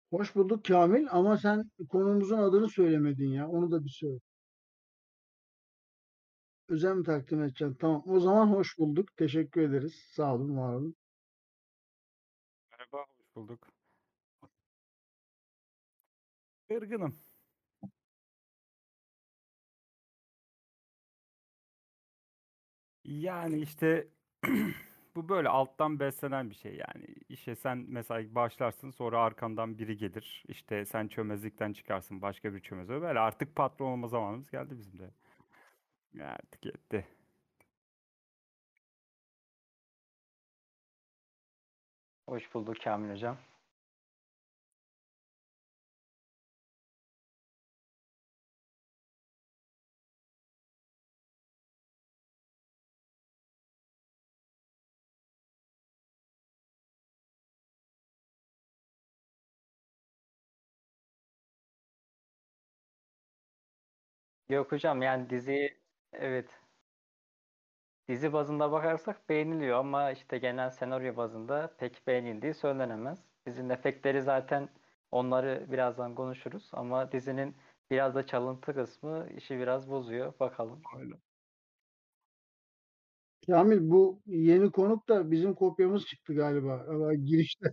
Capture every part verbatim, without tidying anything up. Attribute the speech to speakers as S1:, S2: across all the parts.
S1: Hoş bulduk Kamil ama sen konumuzun adını söylemedin ya. Onu da bir söyle. Özel mi takdim edeceksin? Tamam. O zaman hoş bulduk. Teşekkür ederiz. Sağ olun, var olun.
S2: Merhaba, hoş bulduk. Kırgınım. Yani işte bu böyle alttan beslenen bir şey yani. İşe sen mesela başlarsın sonra arkandan biri gelir. İşte sen çömezlikten çıkarsın başka bir çömez. Böyle artık patron olma zamanımız geldi bizim de. Ya artık yetti.
S3: Hoş bulduk Kamil Hocam. Yok hocam yani dizi evet dizi bazında bakarsak beğeniliyor ama işte genel senaryo bazında pek beğenildiği söylenemez. Dizinin efektleri zaten onları birazdan konuşuruz ama dizinin biraz da çalıntı kısmı işi biraz bozuyor. Bakalım.
S2: Öyle.
S1: Kamil, bu yeni konuk da bizim kopyamız çıktı galiba. Ama girişte.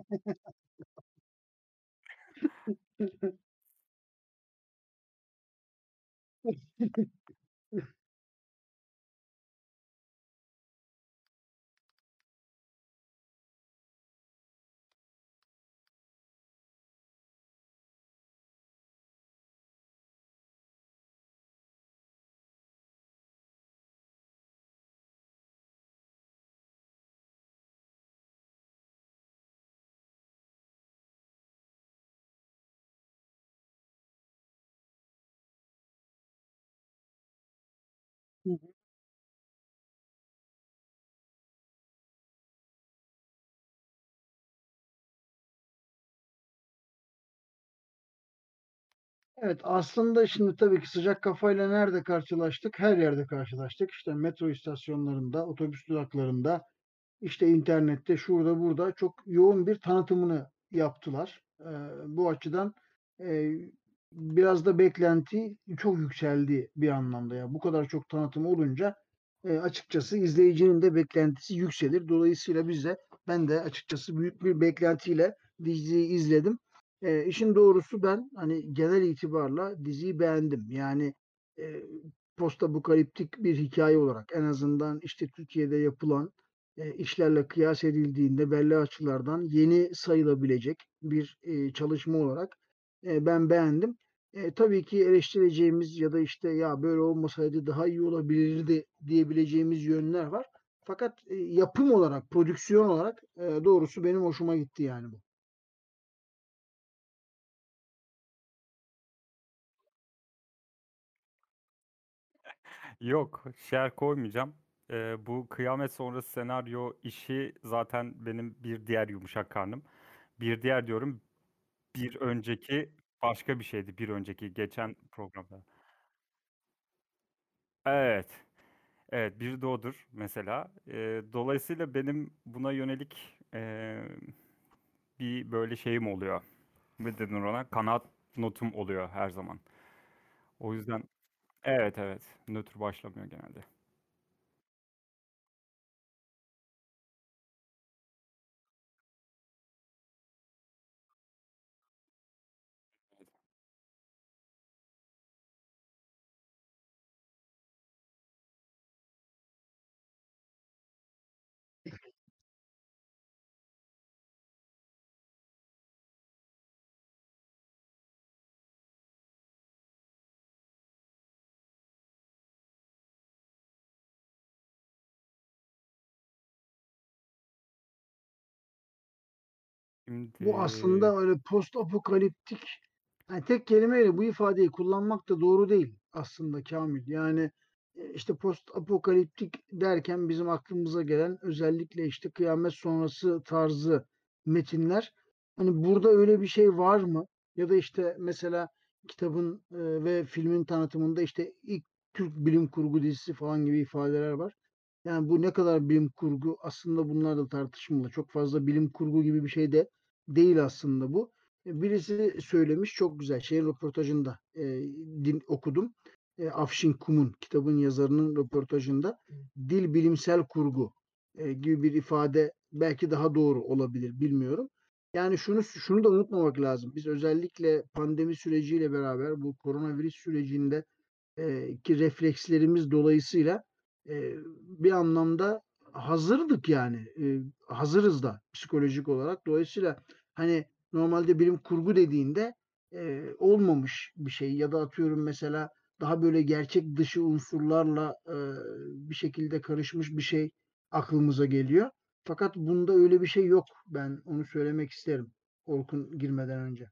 S1: Evet, aslında şimdi tabii ki sıcak kafayla nerede karşılaştık? Her yerde karşılaştık. İşte metro istasyonlarında, otobüs duraklarında, işte internette, şurada burada çok yoğun bir tanıtımını yaptılar. Ee, bu açıdan e, biraz da beklenti çok yükseldi bir anlamda ya. Bu kadar çok tanıtım olunca e, açıkçası izleyicinin de beklentisi yükselir. Dolayısıyla biz de ben de açıkçası büyük bir beklentiyle diziyi izledim. E, işin doğrusu ben hani genel itibarla diziyi beğendim. Yani e, postapokaliptik bir hikaye olarak en azından işte Türkiye'de yapılan e, işlerle kıyas edildiğinde belli açılardan yeni sayılabilecek bir e, çalışma olarak e, ben beğendim. E, tabii ki eleştireceğimiz ya da işte ya böyle olmasaydı daha iyi olabilirdi diyebileceğimiz yönler var. Fakat e, yapım olarak, prodüksiyon olarak e, doğrusu benim hoşuma gitti yani bu.
S2: Yok, şer koymayacağım. Ee, bu kıyamet sonrası senaryo işi zaten benim bir diğer yumuşak karnım. Bir diğer diyorum, bir önceki başka bir şeydi. Bir önceki geçen programda. Evet. Evet, bir de odur mesela. Eee, dolayısıyla benim buna yönelik eee, bir böyle şeyim oluyor. Ne denir ona? Kanaat notum oluyor her zaman. O yüzden evet evet nötr başlamıyor genelde.
S1: Bu
S2: Şimdi
S1: aslında öyle post apokaliptik, yani tek kelimeyle bu ifadeyi kullanmak da doğru değil aslında Kamil. Yani e, işte post apokaliptik derken bizim aklımıza gelen özellikle işte kıyamet sonrası tarzı metinler. Hani burada öyle bir şey var mı? Ya da işte mesela kitabın e, ve filmin tanıtımında işte ilk Türk bilim kurgu dizisi falan gibi ifadeler var. Yani bu ne kadar bilim kurgu, aslında bunlar da tartışmalı. Çok fazla bilim kurgu gibi bir şey de değil aslında bu. E, birisi söylemiş çok güzel. Şeyin röportajında e, din, okudum. E, Afşin Kum'un kitabın yazarının röportajında dil bilimsel kurgu e, gibi bir ifade belki daha doğru olabilir bilmiyorum. Yani şunu şunu da unutmamak lazım. Biz özellikle pandemi süreciyle beraber bu koronavirüs sürecinde e, ki reflekslerimiz dolayısıyla e, bir anlamda hazırdık yani. E, hazırız da psikolojik olarak. Dolayısıyla hani normalde bilim kurgu dediğinde e, olmamış bir şey ya da atıyorum mesela daha böyle gerçek dışı unsurlarla e, bir şekilde karışmış bir şey aklımıza geliyor. Fakat bunda öyle bir şey yok. Ben onu söylemek isterim. Orkun girmeden önce.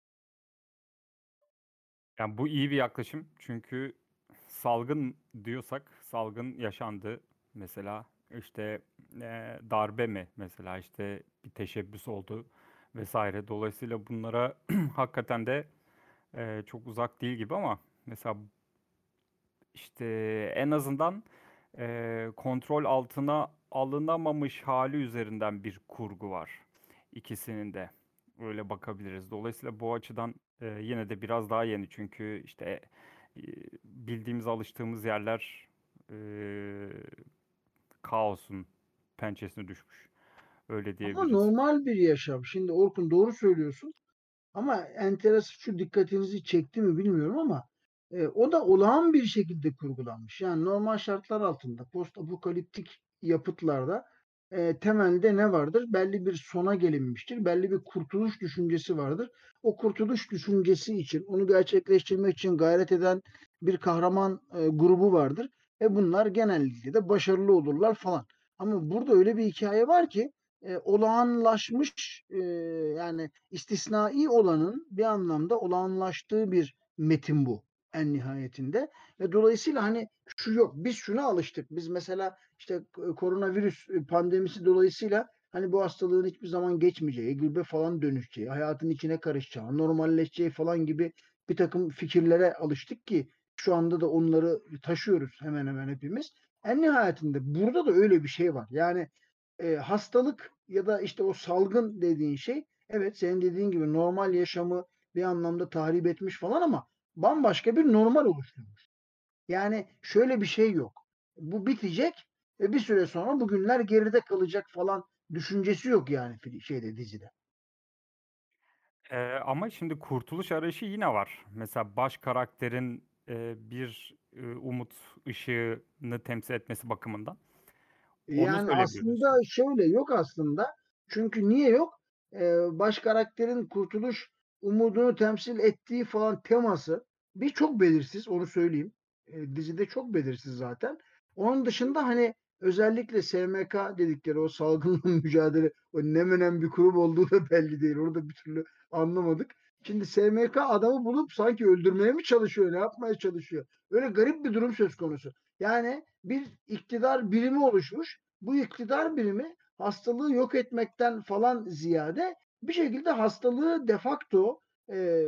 S2: Yani bu iyi bir yaklaşım çünkü salgın diyorsak salgın yaşandı. Mesela işte eee, darbe mi mesela işte bir teşebbüs oldu vesaire. Dolayısıyla bunlara hakikaten de eee, çok uzak değil gibi ama mesela işte en azından eee, kontrol altına alınamamış hali üzerinden bir kurgu var. İkisinin de öyle bakabiliriz. Dolayısıyla bu açıdan eee, yine de biraz daha yeni çünkü işte e, bildiğimiz alıştığımız yerler eee, kaosun pençesine düşmüş. Öyle
S1: Ama
S2: diyebiliriz.
S1: normal bir yaşam. Şimdi Orkun doğru söylüyorsun. Ama enteresan şu dikkatinizi çekti mi bilmiyorum ama e, o da olağan bir şekilde kurgulanmış. Yani normal şartlar altında post apokaliptik yapıtlarda e, temelde ne vardır? Belli bir sona gelinmiştir. Belli bir kurtuluş düşüncesi vardır. O kurtuluş düşüncesi için, onu gerçekleştirmek için gayret eden bir kahraman e, grubu vardır. Ve bunlar genellikle de başarılı olurlar falan. Ama burada öyle bir hikaye var ki e, olağanlaşmış e, yani istisnai olanın bir anlamda olağanlaştığı bir metin bu en nihayetinde. Ve dolayısıyla hani şu yok. Biz şuna alıştık. Biz mesela işte koronavirüs pandemisi dolayısıyla hani bu hastalığın hiçbir zaman geçmeyeceği, gribe falan dönüşeceği, hayatın içine karışacağı, normalleşeceği falan gibi bir takım fikirlere alıştık ki şu anda da onları taşıyoruz hemen hemen hepimiz. En nihayetinde burada da öyle bir şey var. Yani e, hastalık ya da işte o salgın dediğin şey evet senin dediğin gibi normal yaşamı bir anlamda tahrip etmiş falan ama bambaşka bir normal oluşturmuş. Yani şöyle bir şey yok. Bu bitecek ve bir süre sonra bugünler geride kalacak falan düşüncesi yok yani şeyde dizide.
S2: Eee, ama şimdi kurtuluş arayışı yine var. Mesela baş karakterin eee, bir eee, umut ışığını temsil etmesi bakımından. Onu
S1: Yani
S2: söyleyebiliriz.
S1: aslında şöyle yok aslında. Çünkü niye yok? Ee, baş karakterin kurtuluş umudunu temsil ettiği falan teması bir çok belirsiz onu söyleyeyim. Ee, dizide çok belirsiz zaten. Onun dışında hani özellikle S M K dedikleri o salgınla mücadele o ne menen bir kurum olduğu da belli değil. Orada bir türlü anlamadık. Şimdi S M K adamı bulup sanki öldürmeye mi çalışıyor, ne yapmaya çalışıyor? Öyle garip bir durum söz konusu. Yani bir iktidar birimi oluşmuş. Bu iktidar birimi hastalığı yok etmekten falan ziyade bir şekilde hastalığı de facto e,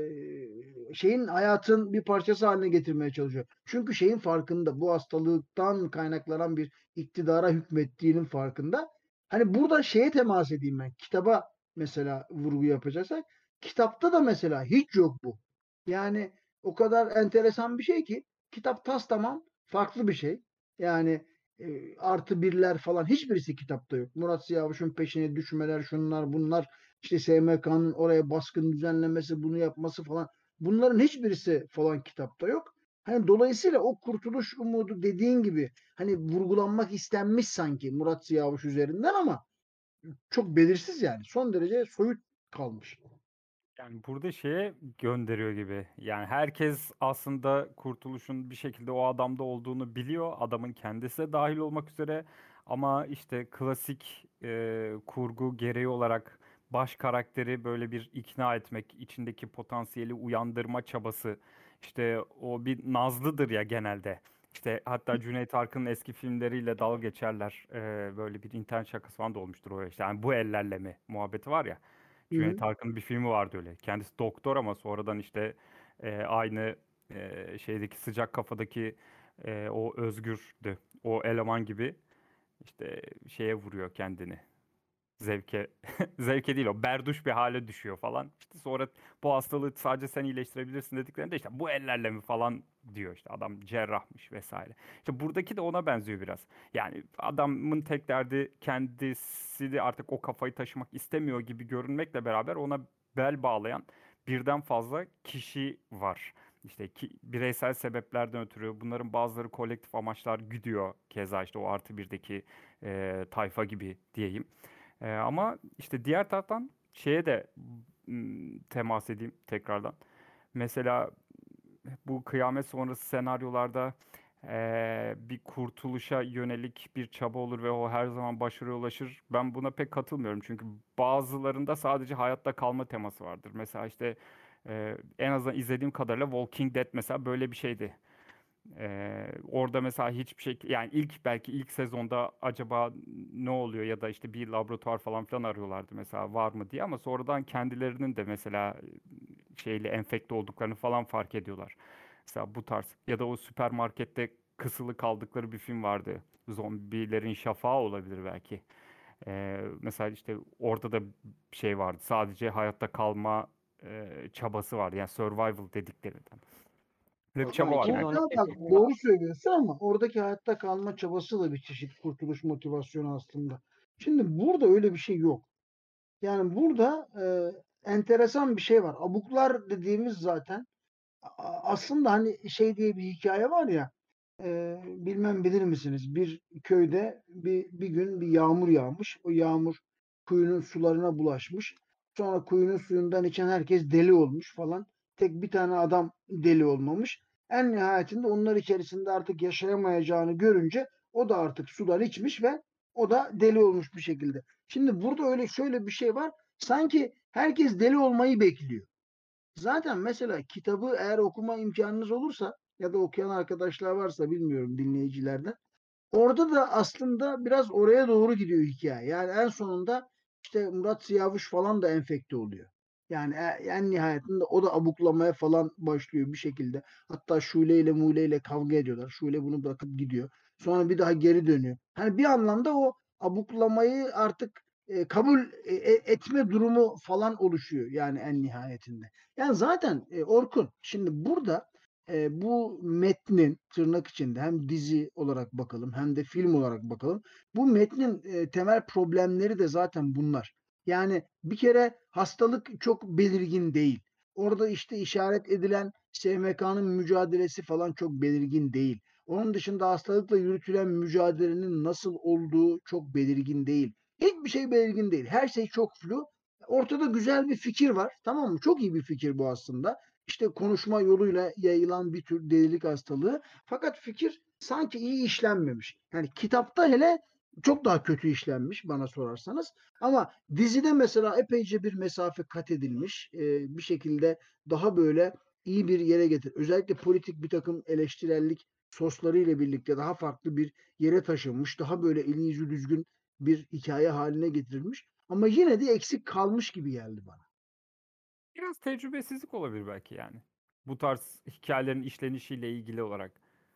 S1: şeyin hayatın bir parçası haline getirmeye çalışıyor. Çünkü şeyin farkında bu hastalıktan kaynaklanan bir iktidara hükmettiğinin farkında. Hani burada şeye temas edeyim ben. Kitaba mesela vurgu yapacaksak kitapta da mesela hiç yok bu. Yani o kadar enteresan bir şey ki kitap tas tamam farklı bir şey. Yani e, artı birler falan hiçbirisi kitapta yok. Murat Siyavuş'un peşine düşmeler, şunlar bunlar, işte S M K'nın oraya baskın düzenlemesi, bunu yapması falan. Bunların hiçbirisi falan kitapta yok. Hani dolayısıyla o kurtuluş umudu dediğin gibi hani vurgulanmak istenmiş sanki Murat Siyavuş üzerinden ama çok belirsiz yani. Son derece soyut kalmış.
S2: Yani burada şeye gönderiyor gibi. Yani herkes aslında kurtuluşun bir şekilde o adamda olduğunu biliyor. Adamın kendisi de dahil olmak üzere. Ama işte klasik e, kurgu gereği olarak baş karakteri böyle bir ikna etmek, içindeki potansiyeli uyandırma çabası. İşte o bir nazlıdır ya genelde. İşte hatta Cüneyt Arkın'ın eski filmleriyle dalga geçerler. E, böyle bir internet şakası falan da olmuştur o işte. Yani bu ellerle mi muhabbeti var ya.
S1: Hı
S2: Cüneyt
S1: hı.
S2: Arkın'ın bir filmi vardı öyle. Kendisi doktor ama sonradan işte e, aynı e, şeydeki sıcak kafadaki e, o Özgür'dü. O eleman gibi işte şeye vuruyor kendini. Zevke zevke değil, o berduş bir hale düşüyor falan. İşte sonra bu hastalığı sadece sen iyileştirebilirsin dediklerinde işte bu ellerle mi falan diyor, işte adam cerrahmış vesaire. İşte buradaki de ona benziyor biraz. Yani adamın tek derdi kendisi de artık o kafayı taşımak istemiyor gibi görünmekle beraber ona bel bağlayan birden fazla kişi var. İşte ki, bireysel sebeplerden ötürü bunların bazıları kolektif amaçlar güdüyor. Keza işte o artı birdeki e, tayfa gibi diyeyim. Ee, ama işte diğer taraftan şeye de m, temas edeyim tekrardan. Mesela bu kıyamet sonrası senaryolarda eee, bir kurtuluşa yönelik bir çaba olur ve o her zaman başarıya ulaşır. Ben buna pek katılmıyorum. Çünkü bazılarında sadece hayatta kalma teması vardır. Mesela işte eee, en azından izlediğim kadarıyla Walking Dead mesela böyle bir şeydi. Ee, orada mesela hiçbir şey, yani ilk belki ilk sezonda acaba ne oluyor ya da işte bir laboratuvar falan filan arıyorlardı mesela var mı diye, ama sonradan kendilerinin de mesela şeyle enfekte olduklarını falan fark ediyorlar. Mesela bu tarz ya da o süpermarkette kısılı kaldıkları bir film vardı. Zombilerin şafağı olabilir belki. Ee, mesela işte orada da bir şey vardı. Sadece hayatta kalma e, çabası vardı. Yani survival dediklerinden. Böyle bir
S3: Hocam
S2: çaba var yani.
S1: Orada
S3: iki bin on iki
S1: bak
S3: filmi
S1: doğru
S3: var.
S1: söylüyorsun ama oradaki hayatta kalma çabası da bir çeşit kurtuluş motivasyonu aslında. Şimdi burada öyle bir şey yok. Yani burada e, enteresan bir şey var. Abuklar dediğimiz zaten a- aslında hani şey diye bir hikaye var ya, e, bilmem bilir misiniz? Bir köyde bir, bir gün bir yağmur yağmış. O yağmur kuyunun sularına bulaşmış. Sonra kuyunun suyundan içen herkes deli olmuş falan. Tek bir tane adam deli olmamış. En nihayetinde onlar içerisinde artık yaşayamayacağını görünce o da artık sudan içmiş ve o da deli olmuş bir şekilde. Şimdi burada öyle şöyle bir şey var. Sanki herkes deli olmayı bekliyor. Zaten mesela kitabı eğer okuma imkanınız olursa ya da okuyan arkadaşlar varsa bilmiyorum dinleyicilerden. Orada da aslında biraz oraya doğru gidiyor hikaye. Yani en sonunda işte Murat Siyavuş falan da enfekte oluyor. Yani e- en nihayetinde o da abuklamaya falan başlıyor bir şekilde. Hatta Şule ile Mule ile kavga ediyorlar. Şule bunu bırakıp gidiyor. Sonra bir daha geri dönüyor. Hani bir anlamda o abuklamayı artık e, kabul e- e- etme durumu falan oluşuyor yani en nihayetinde. Yani zaten e, Orkun şimdi burada e, bu metnin tırnak içinde hem dizi olarak bakalım hem de film olarak bakalım. Bu metnin e, temel problemleri de zaten bunlar. Yani bir kere hastalık çok belirgin değil. Orada işte işaret edilen S M K'nın mücadelesi falan çok belirgin değil. Onun dışında hastalıkla yürütülen mücadelenin nasıl olduğu çok belirgin değil. Hiçbir şey belirgin değil. Her şey çok flu. Ortada güzel bir fikir var. Tamam mı? Çok iyi bir fikir bu aslında, işte konuşma yoluyla yayılan bir tür delilik hastalığı. Fakat fikir sanki iyi işlenmemiş. Yani kitapta hele çok daha kötü işlenmiş bana sorarsanız. Ama dizide mesela epeyce bir mesafe kat edilmiş. Ee, bir şekilde daha böyle iyi bir yere getir. Özellikle politik bir takım eleştirellik sosları ile birlikte daha farklı bir yere taşınmış. Daha böyle eli yüzü düzgün bir hikaye haline getirilmiş. Ama yine de eksik kalmış gibi geldi bana.
S2: Biraz tecrübesizlik olabilir belki yani. Bu tarz hikayelerin işlenişiyle ilgili olarak.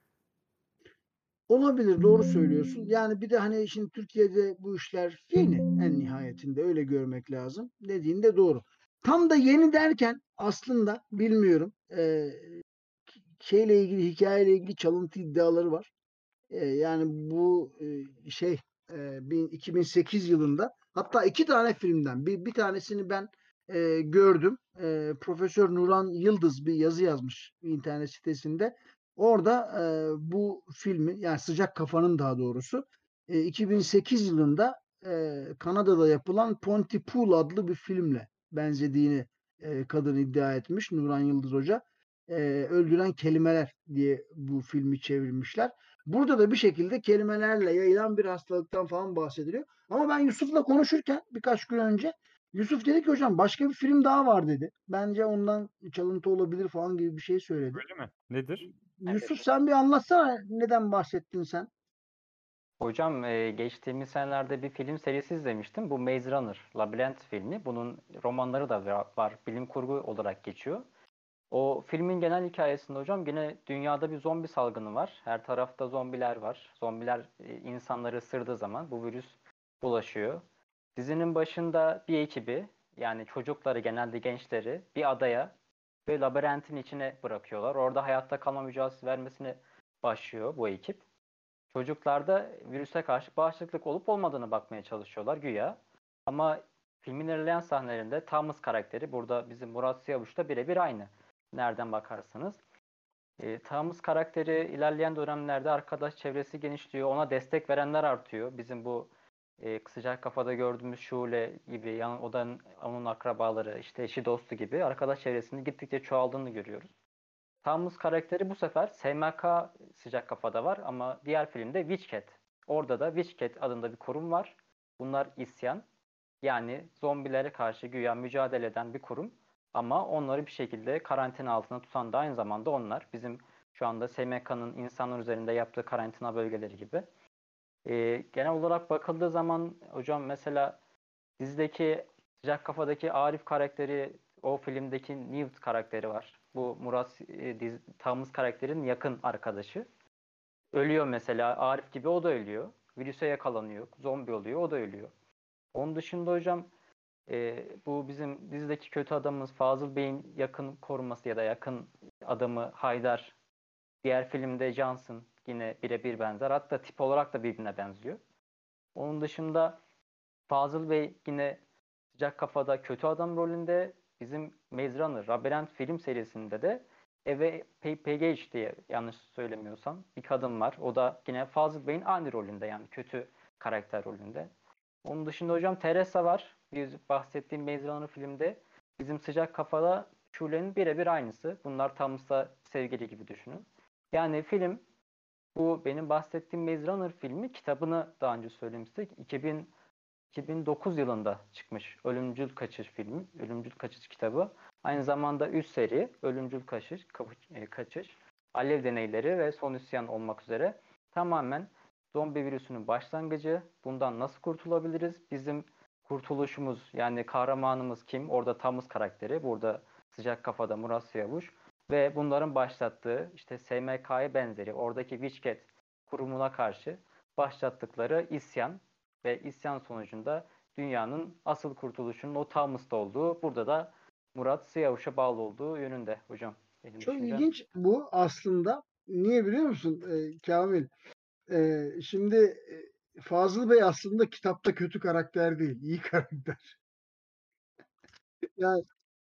S1: Olabilir, doğru söylüyorsun. Yani bir de hani şimdi Türkiye'de bu işler yeni en nihayetinde öyle görmek lazım. Dediğin de doğru. Tam da yeni derken aslında bilmiyorum, e, şeyle ilgili hikayeyle ilgili çalıntı iddiaları var. E, yani bu e, şey e, bin- iki bin sekiz yılında hatta iki tane filmden bir, bir tanesini ben e, gördüm. E, Profesör Nuran Yıldız bir yazı yazmış internet sitesinde. Orada e, bu filmi yani Sıcak Kafa'nın daha doğrusu e, iki bin sekiz yılında e, Kanada'da yapılan Pontypool adlı bir filmle benzediğini e, kadın iddia etmiş, Nuran Yıldız Hoca. E, Öldüren Kelimeler diye bu filmi çevirmişler. Burada da bir şekilde kelimelerle yayılan bir hastalıktan falan bahsediliyor. Ama ben Yusuf'la konuşurken birkaç gün önce Yusuf dedi ki hocam başka bir film daha var dedi. Bence ondan çalıntı olabilir falan gibi bir şey söyledi.
S2: Öyle mi? Nedir?
S1: Yusuf sen bir anlatsana neden bahsettin sen?
S3: Hocam e, geçtiğimiz senelerde bir film serisi izlemiştim. Bu Maze Runner, Labirent filmi. Bunun romanları da va- var. Bilim kurgu olarak geçiyor. O filmin genel hikayesinde hocam yine dünyada bir zombi salgını var. Her tarafta zombiler var. Zombiler e, insanları ısırdığı zaman bu virüs bulaşıyor. Dizinin başında bir ekibi, yani çocukları, genelde gençleri bir adaya ve labirentin içine bırakıyorlar. Orada hayatta kalma mücadelesi vermesine başlıyor bu ekip. Çocuklar da virüse karşı bağışıklık olup olmadığını bakmaya çalışıyorlar güya. Ama filmin ilerleyen sahnelerinde Thomas karakteri, burada bizim Murat Sıyavuş'ta birebir aynı. Nereden bakarsanız. E, Thomas karakteri ilerleyen dönemlerde arkadaş çevresi genişliyor. Ona destek verenler artıyor. Bizim bu e, sıcak kafada gördüğümüz Şule gibi, yan, o da onun akrabaları, işte eşi dostu gibi arkadaş çevresinin gittikçe çoğaldığını görüyoruz. Thomas karakteri bu sefer S M K sıcak kafada var ama diğer filmde Witchcat. Orada da Witchcat adında bir kurum var. Bunlar isyan. Yani zombilere karşı güya mücadele eden bir kurum. Ama onları bir şekilde karantina altında tutan da aynı zamanda onlar. Bizim şu anda S M K'nın insanlar üzerinde yaptığı karantina bölgeleri gibi. Ee, genel olarak bakıldığı zaman hocam, mesela dizideki sıcak kafadaki Arif karakteri, o filmdeki Newt karakteri var. Bu Murat e, diz, Thomas karakterin yakın arkadaşı. Ölüyor mesela. Arif gibi o da ölüyor. Virüse yakalanıyor. Zombi oluyor. O da ölüyor. Onun dışında hocam, e, bu bizim dizideki kötü adamımız Fazıl Bey'in yakın koruması ya da yakın adamı Haydar. Diğer filmde Johnson, yine birebir benzer. Hatta tip olarak da birbirine benziyor. Onun dışında Fazıl Bey yine sıcak kafada kötü adam rolünde. Bizim Maze Runner, Labirent film serisinde de Eve Page diye, yanlış söylemiyorsam, bir kadın var. O da yine Fazıl Bey'in aynı rolünde, yani kötü karakter rolünde. Onun dışında hocam Teresa var. Bir bahsettiğim Maze Runner filmde bizim sıcak kafada Şule'nin birebir aynısı. Bunlar Thomas'la sevgili gibi düşünün. Yani film, bu benim bahsettiğim Maze Runner filmi, kitabını daha önce söylemiştik. iki bin iki bin dokuz yılında çıkmış Ölümcül Kaçış filmi, Ölümcül Kaçış kitabı. Aynı zamanda üç seri Ölümcül Kaçış, Kaçış, Alev Deneyleri ve Son İsyan olmak üzere tamamen zombi virüsünün başlangıcı, bundan nasıl kurtulabiliriz? Bizim kurtuluşumuz, yani kahramanımız kim? Orada Thomas karakteri, burada sıcak kafada Murat Siyavuş ve bunların başlattığı işte S M K'ya benzeri oradaki Witchcat kurumuna karşı başlattıkları isyan ve isyan sonucunda dünyanın asıl kurtuluşunun o Thomas'ta olduğu, burada da Murat Sıyavuş'a bağlı olduğu yönünde hocam, benim
S1: Çok
S3: düşüncem.
S1: ilginç bu aslında. Niye biliyor musun e, Kamil? E, şimdi e, Fazıl Bey aslında kitapta kötü karakter değil, iyi karakter. Yani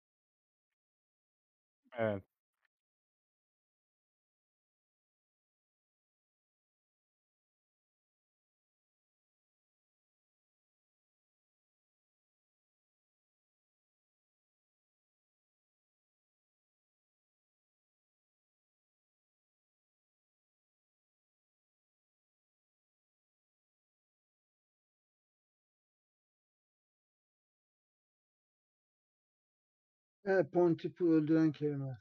S2: Evet.
S1: evet, Pontif'i öldüren kelime.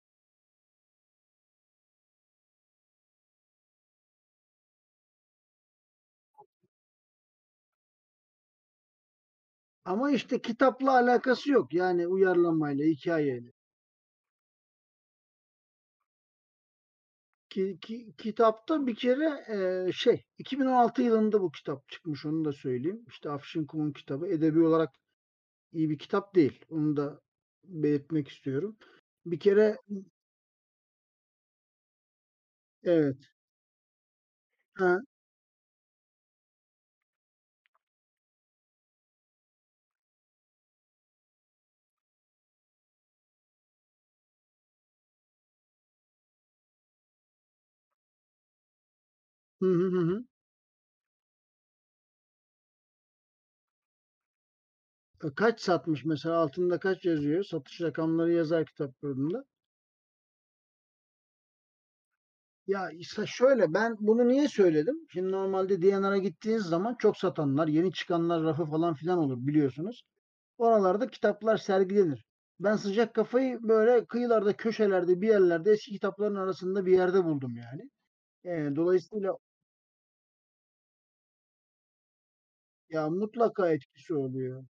S1: Ama işte kitapla alakası yok. Yani uyarlamayla, hikayeyle. Ki, ki- kitapta bir kere e, şey iki bin on altı yılında bu kitap çıkmış, onu da söyleyeyim. İşte Afşin Kum'un kitabı edebi olarak iyi bir kitap değil. Onu da belirtmek istiyorum. Bir kere evet. Ha, hı hı hı. Hı. E, Kaç satmış mesela, altında kaç yazıyor? Satış rakamları yazar kitaplarında. Ya ise şöyle, ben bunu niye söyledim? Şimdi normalde D and R'a gittiğiniz zaman çok satanlar, yeni çıkanlar rafı falan filan olur biliyorsunuz. Oralarda kitaplar sergilenir. Ben sıcak kafayı böyle kıyılarda, köşelerde, bir yerlerde, eski kitapların arasında bir yerde buldum yani. E, dolayısıyla ya mutlaka etkisi oluyor.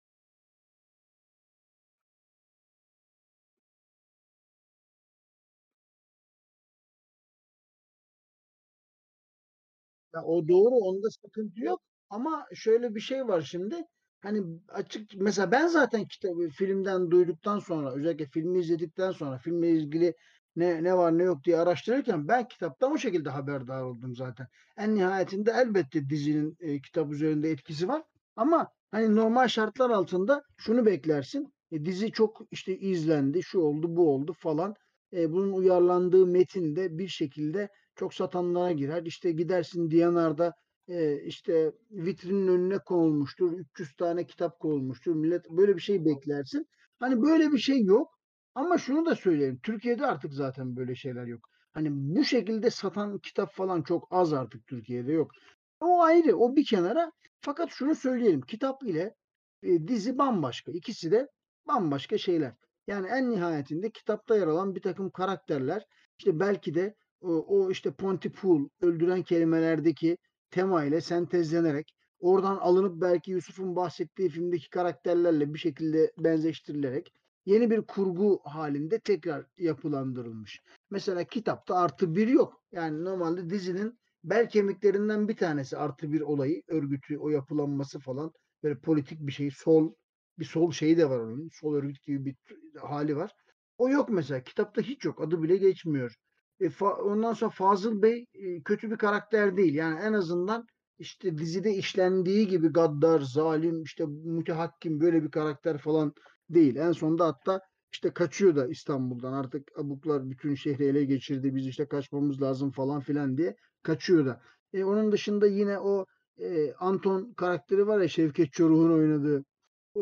S1: Ya o doğru, onda sıkıntı yok. Ama şöyle bir şey var şimdi. Hani açık mesela ben zaten kitabı filmden duyduktan sonra özellikle filmi izledikten sonra filmle ilgili ne ne var ne yok diye araştırırken ben kitaptan o şekilde haberdar oldum zaten. En nihayetinde elbette dizinin e, kitap üzerinde etkisi var ama hani normal şartlar altında şunu beklersin. E, dizi çok işte izlendi, şu oldu, bu oldu falan. E, bunun uyarlandığı metin de bir şekilde çok satanlara girer. İşte gidersin D and R'da e, işte vitrinin önüne konulmuştur. üç yüz tane kitap konulmuştur. Millet böyle bir şey beklersin. Hani böyle bir şey yok. Ama şunu da söyleyeyim. Türkiye'de artık zaten böyle şeyler yok. Hani bu şekilde satan kitap falan çok az artık Türkiye'de yok. O ayrı, o bir kenara. Fakat şunu söyleyelim. Kitap ile e, dizi bambaşka. İkisi de bambaşka şeyler. Yani en nihayetinde kitapta yer alan bir takım karakterler işte belki de o, o işte Pontypool öldüren kelimelerdeki tema ile sentezlenerek oradan alınıp belki Yusuf'un bahsettiği filmdeki karakterlerle bir şekilde benzeştirilerek yeni bir kurgu halinde tekrar yapılandırılmış. Mesela kitapta artı bir yok. Yani normalde dizinin bel kemiklerinden bir tanesi artı bir olayı, örgütü, o yapılanması falan böyle politik bir şey, sol bir sol şeyi de var onun. Sol örgüt gibi bir hali var. O yok mesela. Kitapta hiç yok. Adı bile geçmiyor. E, fa- ondan sonra Fazıl Bey e, kötü bir karakter değil. Yani en azından işte dizide işlendiği gibi gaddar, zalim, işte mütehakkim böyle bir karakter falan değil. En sonunda hatta işte kaçıyor da İstanbul'dan. Artık abuklar bütün şehri ele geçirdi. Biz işte kaçmamız lazım falan filan diye kaçıyor da. E, onun dışında yine o e, Anton karakteri var ya Şevket Çoruh'un oynadığı. O,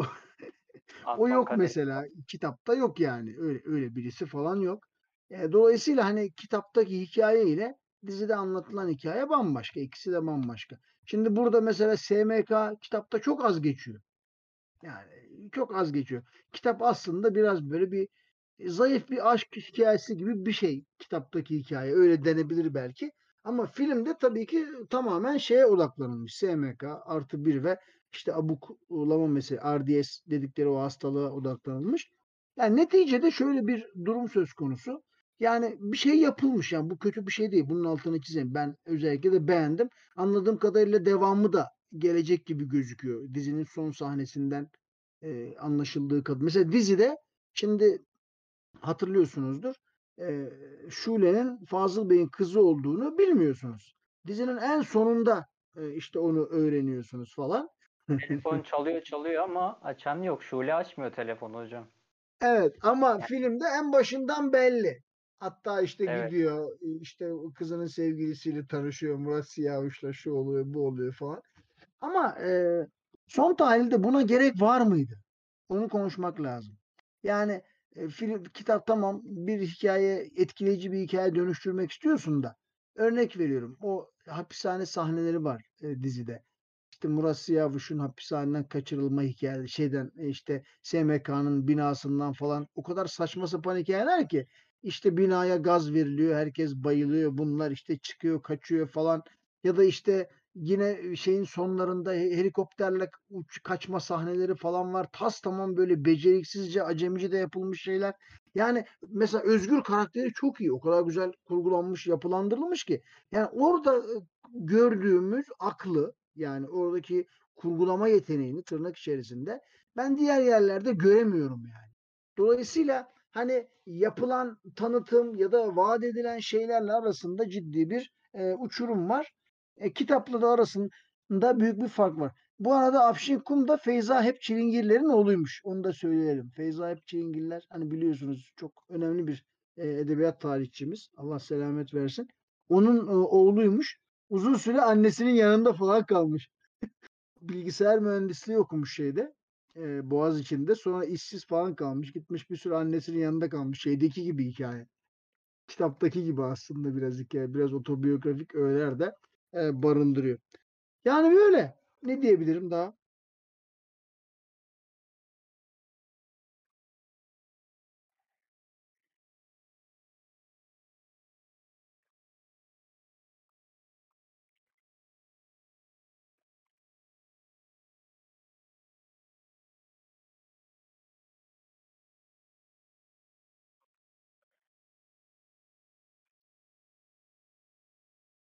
S1: o
S3: Anton
S1: yok
S3: Kadir.
S1: mesela. Kitapta yok yani. Öyle öyle birisi falan yok. E, dolayısıyla hani kitaptaki hikaye ile dizide anlatılan hikaye bambaşka. İkisi de bambaşka. Şimdi burada mesela S M K kitapta çok az geçiyor. Yani çok az geçiyor. Kitap aslında biraz böyle bir e, zayıf bir aşk hikayesi gibi bir şey. Kitaptaki hikaye öyle denebilir belki. Ama filmde tabii ki tamamen şeye odaklanılmış. S M K artı bir ve işte abuklama mesela R D S dedikleri o hastalığa odaklanılmış. Yani neticede şöyle bir durum söz konusu. Yani bir şey yapılmış yani bu kötü bir şey değil. Bunun altını çizeyim. Ben özellikle de beğendim. Anladığım kadarıyla devamı da gelecek gibi gözüküyor. Dizinin son sahnesinden e, anlaşıldığı kadar. Mesela dizide şimdi hatırlıyorsunuzdur. E, Şule'nin Fazıl Bey'in kızı olduğunu bilmiyorsunuz. Dizinin en sonunda e, işte onu öğreniyorsunuz falan.
S3: Telefon çalıyor çalıyor ama açan yok. Şule açmıyor telefonu hocam.
S1: Evet ama
S3: Yani,
S1: filmde en başından belli. Hatta işte
S3: evet.
S1: gidiyor işte kızının sevgilisiyle tanışıyor. Murat Siyavuş'la şu oluyor bu oluyor falan. Ama e, son tahlilde buna gerek var mıydı? Onu konuşmak lazım. Yani e, film, kitap tamam bir hikaye etkileyici bir hikaye dönüştürmek istiyorsun da örnek veriyorum. O hapishane sahneleri var e, dizide. İşte Murat Siyavuş'un hapishaneden kaçırılma hikayesi şeyden e, işte S M K'nın binasından falan o kadar saçma sapan hikayeler ki işte binaya gaz veriliyor, herkes bayılıyor, bunlar işte çıkıyor, kaçıyor falan ya da işte yine şeyin sonlarında helikopterle uç, kaçma sahneleri falan var. Tas tamam böyle beceriksizce, acemice de yapılmış şeyler. Yani mesela Özgür karakteri çok iyi. O kadar güzel kurgulanmış, yapılandırılmış ki. Yani orada e, gördüğümüz aklı yani oradaki kurgulama yeteneğini tırnak içerisinde ben diğer yerlerde göremiyorum yani. Dolayısıyla hani yapılan tanıtım ya da vaat edilen şeylerle arasında ciddi bir e, uçurum var. E, kitapla da arasında büyük bir fark var. Bu arada Afşin Kum da Feyza Hep Çilingirler'in oğluymuş. Onu da söyleyelim. Feyza Hep Çilingirler hani biliyorsunuz çok önemli bir e, edebiyat tarihçimiz. Allah selamet versin. Onun e, oğluymuş. Uzun süre annesinin yanında falan kalmış. Bilgisayar mühendisliği okumuş şeyde. E, Boğaziçi'nde. Sonra işsiz falan kalmış. Gitmiş bir süre annesinin yanında kalmış. Şeydeki gibi hikaye. Kitaptaki gibi aslında biraz hikaye. Biraz otobiyografik öğeler de e, barındırıyor. Yani böyle. Ne diyebilirim daha?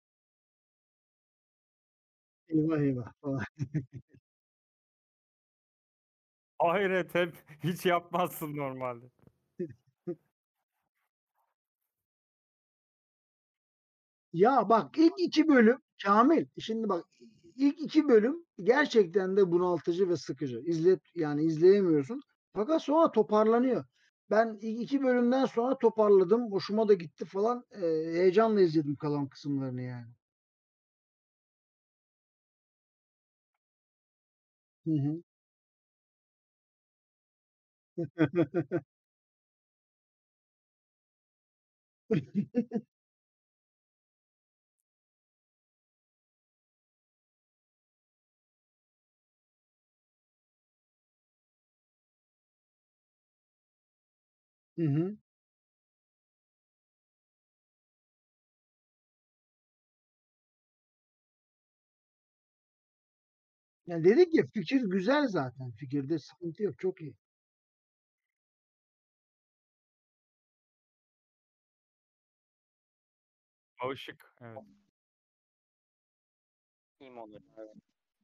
S1: Eyvah eyvah falan.
S2: Hayret, hep hiç yapmazsın normalde.
S1: Ya bak ilk iki bölüm Kamil. Şimdi bak ilk iki bölüm gerçekten de bunaltıcı ve sıkıcı. İzlet yani izleyemiyorsun. Fakat sonra toparlanıyor. Ben ilk iki bölümden sonra toparladım. Hoşuma da gitti falan. Ee, heyecanla izledim kalan kısımlarını yani. Hı hı. Hı hı. Yani dedik ya fikir güzel zaten. Fikirde sıkıntı yok. Çok iyi.
S2: Alışık. Evet.
S3: İyiyim olur. Evet.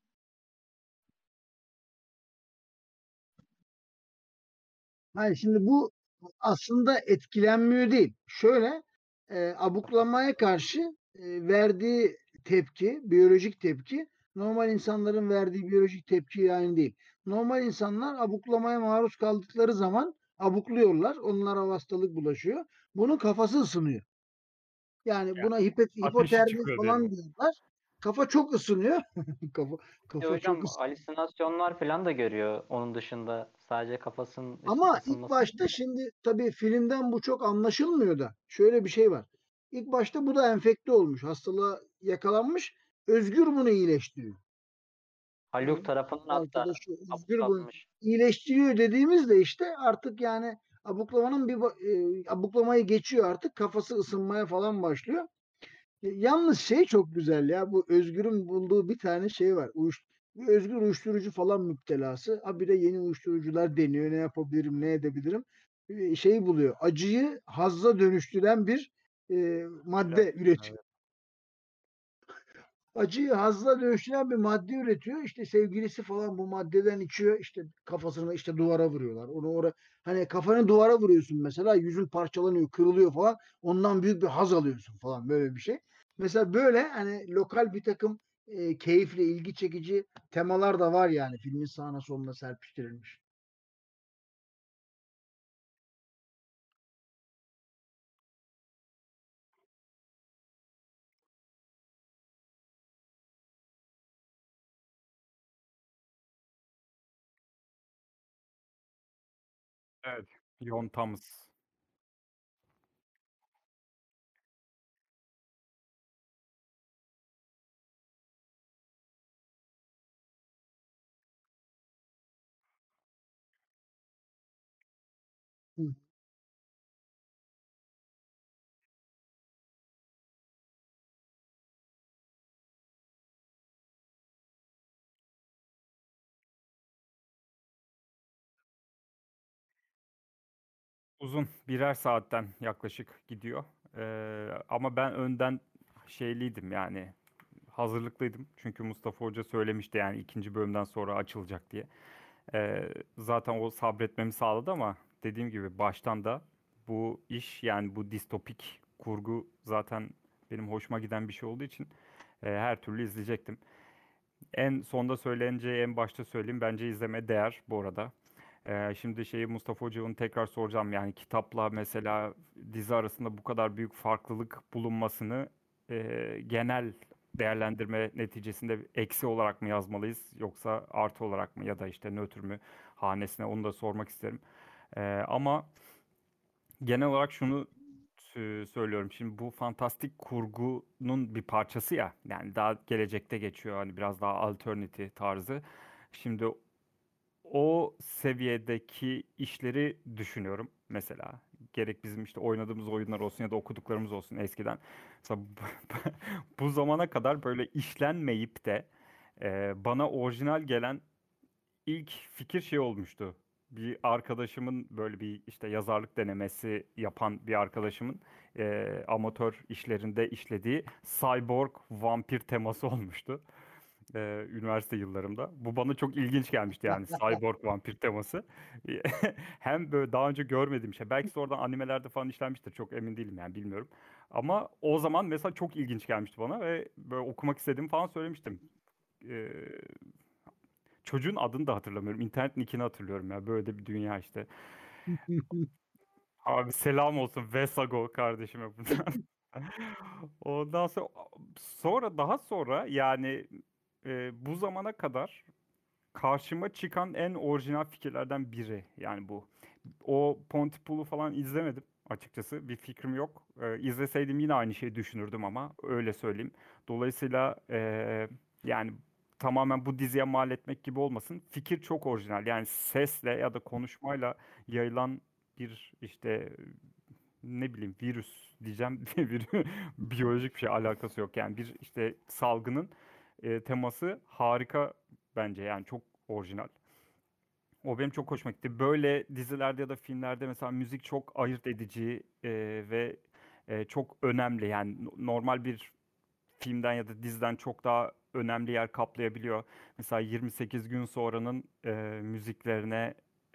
S1: Hayır şimdi bu aslında etkilenmiyor değil. Şöyle e, abuklamaya karşı e, verdiği tepki, biyolojik tepki normal insanların verdiği biyolojik tepkiyle aynı değil. Normal insanlar abuklamaya maruz kaldıkları zaman abukluyorlar. Onlara o hastalık bulaşıyor. Bunun kafası ısınıyor. Yani
S2: Yani
S1: buna hipo-
S2: ateşi
S1: hipotermi
S2: çıkıyor
S1: falan
S2: diyelim.
S1: diyorlar. Kafa çok ısınıyor. Kafa,
S3: Bir de
S1: kafa çok
S3: hocam
S1: ısınıyor.
S3: halüsinasyonlar falan da görüyor onun dışında. Sadece kafasının ıs-
S1: Ama ilk
S3: ısınması
S1: başta
S3: değil de.
S1: şimdi tabii filmden bu çok anlaşılmıyor da şöyle bir şey var. İlk başta bu da enfekte olmuş, hastalığa yakalanmış. Özgür bunu iyileştiriyor.
S3: Haluk
S1: Yani
S3: tarafından hatta
S1: arkadaşı Özgür bunu
S3: apuklanmış.
S1: iyileştiriyor dediğimizde işte artık yani abuklamanın bir ba- e, abuklamayı geçiyor artık kafası ısınmaya falan başlıyor. E, Yalnız şey çok güzel ya bu Özgür'ün bulduğu bir tane şey var. Uyuş, bir Özgür uyuşturucu falan müptelası. Ha bir de yeni uyuşturucular deniyor. Ne yapabilirim, ne edebilirim? E, Şeyi buluyor. Acıyı hazza dönüştüren bir e,
S2: İlaç.
S1: madde üretiyor.
S2: Evet.
S1: Acıyı hazla dönüştüren bir madde üretiyor. İşte sevgilisi falan bu maddeden içiyor. İşte kafasını işte duvara vuruyorlar. Onu oraya hani kafanı duvara vuruyorsun mesela yüzün parçalanıyor, kırılıyor falan. Ondan büyük bir haz alıyorsun falan böyle bir şey. Mesela böyle hani lokal bir takım e, keyifli, ilgi çekici temalar da var yani filmin sağına soluna serpiştirilmiş.
S2: Evet. Yontamız.
S1: Hı.
S2: Uzun. Birer saatten yaklaşık gidiyor. Ee, ama ben önden şeyliydim yani. Hazırlıklıydım. Çünkü Mustafa Hoca söylemişti yani ikinci bölümden sonra açılacak diye. Ee, zaten o sabretmemi sağladı ama dediğim gibi baştan da bu iş yani bu distopik kurgu zaten benim hoşuma giden bir şey olduğu için e, her türlü izleyecektim. En sonda söyleneceği en başta söyleyeyim bence izlemeye değer bu arada. Ee, şimdi şeyi Mustafa Hoca'nın tekrar soracağım yani kitapla mesela dizi arasında bu kadar büyük farklılık bulunmasını e, genel değerlendirme neticesinde eksi olarak mı yazmalıyız yoksa artı olarak mı ya da işte nötr mü hanesine onu da sormak isterim. Ee, ama genel olarak şunu sö- söylüyorum. Şimdi bu fantastik kurgunun bir parçası ya. Yani daha gelecekte geçiyor. Hani biraz daha alternative tarzı. Şimdi o seviyedeki işleri düşünüyorum mesela. Gerek bizim işte oynadığımız oyunlar olsun ya da okuduklarımız olsun eskiden. Mesela bu, bu zamana kadar böyle işlenmeyip de e, bana orijinal gelen ilk fikir şey olmuştu. Bir arkadaşımın böyle bir işte yazarlık denemesi yapan bir arkadaşımın e, amatör işlerinde işlediği cyborg vampir teması olmuştu. eee, üniversite yıllarımda. Bu bana çok ilginç gelmişti yani cyborg vampir teması. Hem böyle daha önce görmediğim şey. Belki sonradan animelerde falan işlenmiştir. Çok emin değilim yani bilmiyorum. Ama o zaman mesela çok ilginç gelmişti bana ve böyle okumak istediğimi falan söylemiştim. Eee, çocuğun adını da hatırlamıyorum. İnternet nickini hatırlıyorum ya. Böyle de bir dünya işte. Abi selam olsun Vesago kardeşime buradan. Ondan sonra sonra daha sonra yani e, bu zamana kadar karşıma çıkan en orijinal fikirlerden biri yani bu. O Pontypool'u falan izlemedim açıkçası. Bir fikrim yok. Ee, izleseydim yine aynı şeyi düşünürdüm ama öyle söyleyeyim. Dolayısıyla e, yani tamamen bu diziye mal etmek gibi olmasın. Fikir çok orijinal. Yani sesle ya da konuşmayla yayılan bir işte ne bileyim virüs diyeceğim bir biyolojik bir şey alakası yok. Yani bir işte salgının e, teması harika bence yani çok orijinal. O benim çok hoşuma gitti. Böyle dizilerde ya da filmlerde mesela müzik çok ayırt edici e, ve e, çok önemli. Yani no- normal bir filmden ya da diziden çok daha önemli yer kaplayabiliyor. Mesela yirmi sekiz gün sonranın e, müziklerine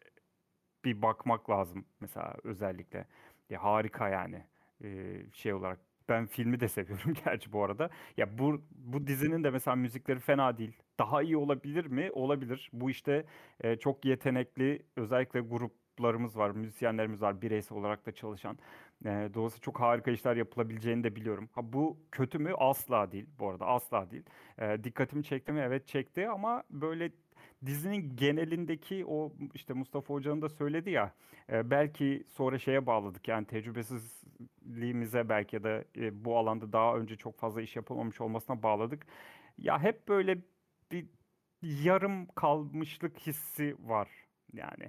S2: bir bakmak lazım mesela özellikle. Ya harika yani Ee, şey olarak. Ben filmi de seviyorum gerçi bu arada. Ya bu bu dizinin de mesela müzikleri fena değil. Daha iyi olabilir mi? Olabilir. Bu işte e, çok yetenekli özellikle gruplarımız var, müzisyenlerimiz var bireysel olarak da çalışan. E, dolayısıyla çok harika işler yapılabileceğini de biliyorum. Ha bu kötü mü? Asla değil bu arada. Asla değil. E, dikkatimi çekti mi? Evet çekti ama böyle dizinin genelindeki o işte Mustafa Hoca'nın da söyledi ya e, belki sonra şeye bağladık yani tecrübesizliğimize belki ya da e, bu alanda daha önce çok fazla iş yapılmamış olmasına bağladık. Ya hep böyle bir yarım kalmışlık hissi var yani.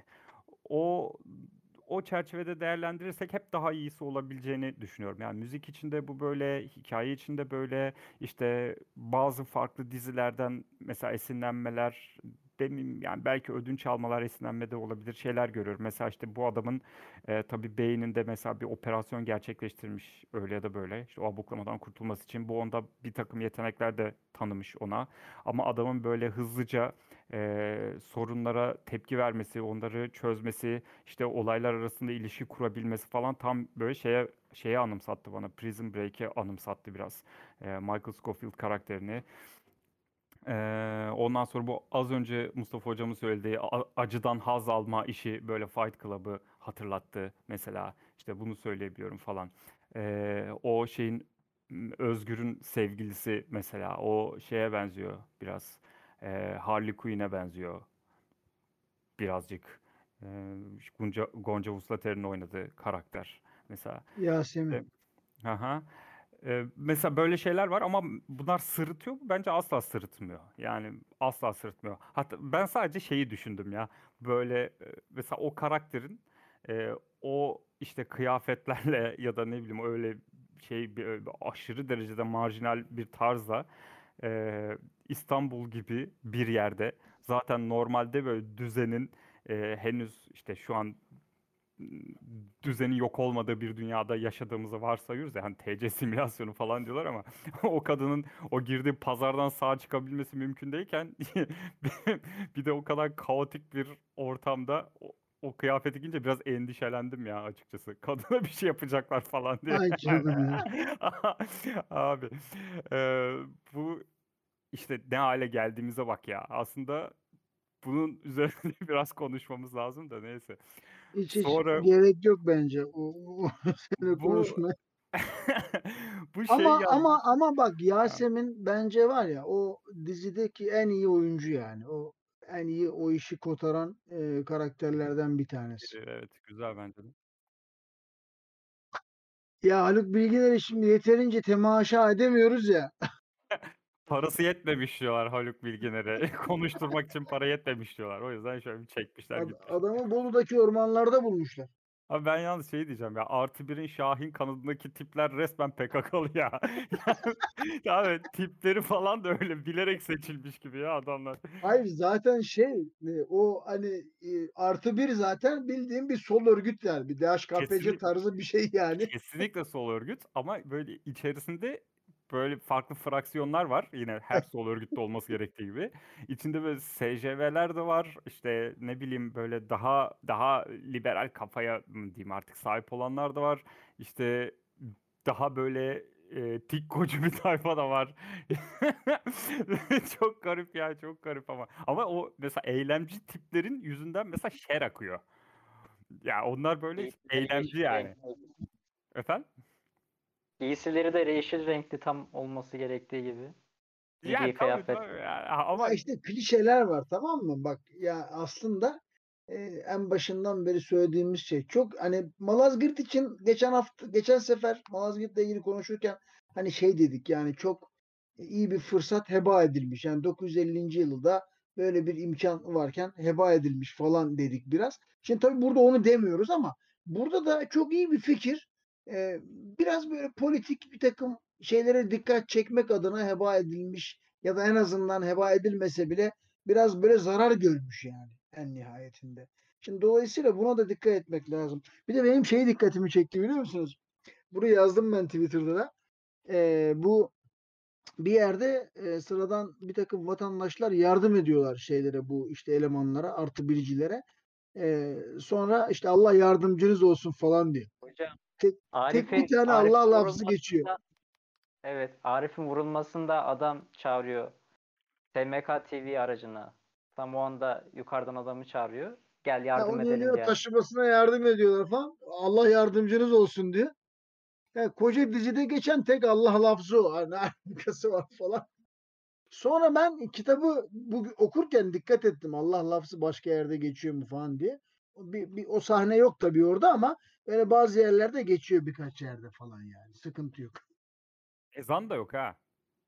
S2: O o çerçevede değerlendirirsek hep daha iyisi olabileceğini düşünüyorum. Yani müzik içinde bu böyle, hikaye içinde böyle, işte bazı farklı dizilerden mesela esinlenmeler, demeyeyim yani belki ödünç almalar, esinlenme de olabilir şeyler görüyorum. Mesela işte bu adamın e, tabii beyninde mesela bir operasyon gerçekleştirmiş öyle ya da böyle. İşte o abuklamadan kurtulması için bu onda bir takım yetenekler de tanımış ona. Ama adamın böyle hızlıca e, sorunlara tepki vermesi, onları çözmesi, işte olaylar arasında ilişki kurabilmesi falan tam böyle şeye şeye anımsattı bana. Prison Break'e anımsattı biraz. E, Michael Scofield karakterini. E, ondan sonra bu az önce Mustafa hocamın söylediği a- acıdan haz alma işi böyle Fight Club'ı hatırlattı mesela. İşte bunu söyleyebiliyorum falan. E, o şeyin m, Özgür'ün sevgilisi mesela o şeye benziyor biraz. E, Harley Quinn'e benziyor birazcık. E, Gonca, Gonca Vuslater'in oynadığı karakter mesela.
S1: Yasemin.
S2: İşte, aha. E, mesela böyle şeyler var ama bunlar sırıtıyor mu? Bence asla sırıtmıyor. Yani asla sırıtmıyor. Hatta ben sadece şeyi düşündüm ya. Böyle e, mesela o karakterin e, o işte kıyafetlerle ya da ne bileyim öyle şey bir, bir aşırı derecede marjinal bir tarzla e, İstanbul gibi bir yerde zaten normalde böyle düzenin e, henüz işte şu an m, düzenin yok olmadığı bir dünyada yaşadığımızı varsayıyoruz ya hani T C simülasyonu falan diyorlar ama o kadının o girdiği pazardan sağ çıkabilmesi mümkün değilken bir bir de o kadar kaotik bir ortamda o, o kıyafeti giyince biraz endişelendim ya açıkçası. Kadına bir şey yapacaklar falan diye.
S1: Ay canım ya.
S2: Abi e, bu işte ne hale geldiğimize bak ya. Aslında bunun üzerine biraz konuşmamız lazım da neyse.
S1: Hiç hiç
S2: Sonra
S1: gerek yok bence o, o seninle
S2: bu
S1: konuşmaya.
S2: bu şey
S1: Ama ama
S2: yazmış.
S1: ama bak
S2: Ha,
S1: Yasemin bence var ya o dizideki en iyi oyuncu yani. O en iyi o işi kotaran e, karakterlerden bir tanesi.
S2: biri, evet güzel bence de.
S1: Ya Haluk Bilginer'i şimdi yeterince temaşa edemiyoruz ya.
S2: Parası yetmemiş diyorlar Haluk Bilginer'e. Konuşturmak için para yetmemiş diyorlar. O yüzden şöyle bir çekmişler
S1: Ad-
S2: gitmişler.
S1: adamı Bolu'daki ormanlarda bulmuşlar.
S2: Abi ben yalnız şey diyeceğim ya artı birin Şahin kanadındaki tipler resmen P K K'lı ya. Yani, yani tipleri falan da öyle bilerek seçilmiş gibi ya adamlar.
S1: Hayır zaten şey e, o hani e, artı bir zaten bildiğim bir sol örgüt yani. Bir D H K P C
S2: Kesinlikle
S1: tarzı bir şey yani.
S2: kesinlikle sol örgüt ama böyle içerisinde böyle farklı fraksiyonlar var. Yine her sol örgütte olması gerektiği gibi. İçinde böyle S J V'ler de var. İşte ne bileyim böyle daha daha liberal kafaya mı diyeyim artık sahip olanlar da var. İşte daha böyle e, tikkocu bir tayfa da var. Çok garip ya, çok garip ama. Ama o mesela eylemci tiplerin yüzünden mesela şer akıyor. Ya onlar böyle
S3: Giysileri
S2: eylemci
S3: yeşil
S2: yani.
S3: renkli.
S2: Efendim?
S3: Giysileri de yeşil renkli tam olması gerektiği gibi.
S2: Ya
S3: Giydiği
S2: tabii
S3: kıyafet.
S2: tabii ya.
S1: Ya
S2: Ama
S1: işte klişeler var, tamam mı? Bak ya, aslında e, en başından beri söylediğimiz şey çok, hani Malazgirt için geçen hafta geçen sefer Malazgirt'le ilgili konuşurken hani şey dedik, yani çok iyi bir fırsat heba edilmiş. Yani dokuz yüz ellinci yılda böyle bir imkan varken heba edilmiş falan dedik biraz. Şimdi tabii burada onu demiyoruz ama burada da çok iyi bir fikir. E, biraz böyle politik bir takım şeylere dikkat çekmek adına heba edilmiş ya da en azından heba edilmese bile biraz böyle zarar görmüş yani en nihayetinde. Şimdi dolayısıyla buna da dikkat etmek lazım. Bir de benim şey dikkatimi çekti, biliyor musunuz? Burayı yazdım ben Twitter'da da. Ee, bu bir yerde e, sıradan bir takım vatandaşlar yardım ediyorlar şeylere, bu işte elemanlara, artı biricilere. Ee, sonra işte Allah yardımcınız olsun falan diyor.
S3: Hocam
S1: Tek, tek bir
S3: Arif'in
S1: tane
S3: Arif'in
S1: Allah lafzı geçiyor.
S3: vurulmasında evet Arif'in vurulmasında adam çağırıyor. S M K T V aracına. Tam o anda yukarıdan adamı çağırıyor. Gel
S1: Ya
S3: yardım
S1: o
S3: edelim
S1: geliyor,
S3: diye.
S1: taşımasına yardım ediyorlar falan. Allah yardımcınız olsun diyor. Ya koca dizide geçen tek Allah lafzı o. Ha, ne alakası var falan. Sonra ben kitabı bu, okurken dikkat ettim. Allah lafzı başka yerde geçiyor mu falan diye. O Bir, bir, o sahne yok tabii orada ama böyle bazı yerlerde geçiyor, birkaç yerde falan yani. Sıkıntı yok.
S2: ezan da yok ha.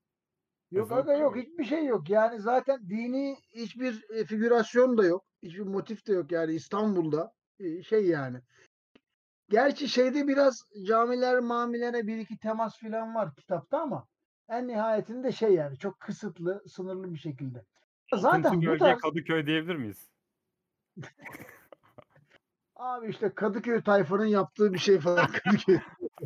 S1: Yok
S2: Ezan
S1: aga,
S2: okuyor
S1: yok,
S2: muyuz?
S1: hiçbir şey yok. Yani zaten dini hiçbir e, figürasyon da yok. Hiçbir motif de yok yani İstanbul'da. E, şey yani. Gerçi şeyde biraz camiler mamilere bir iki temas filan var kitapta ama en nihayetinde şey yani çok kısıtlı, sınırlı bir şekilde.
S2: Altıncı
S1: Zaten bu
S2: bölge
S1: tarz
S2: Kadıköy diyebilir miyiz?
S1: abi işte Kadıköy tayfanın yaptığı bir şey falan Kadıköy.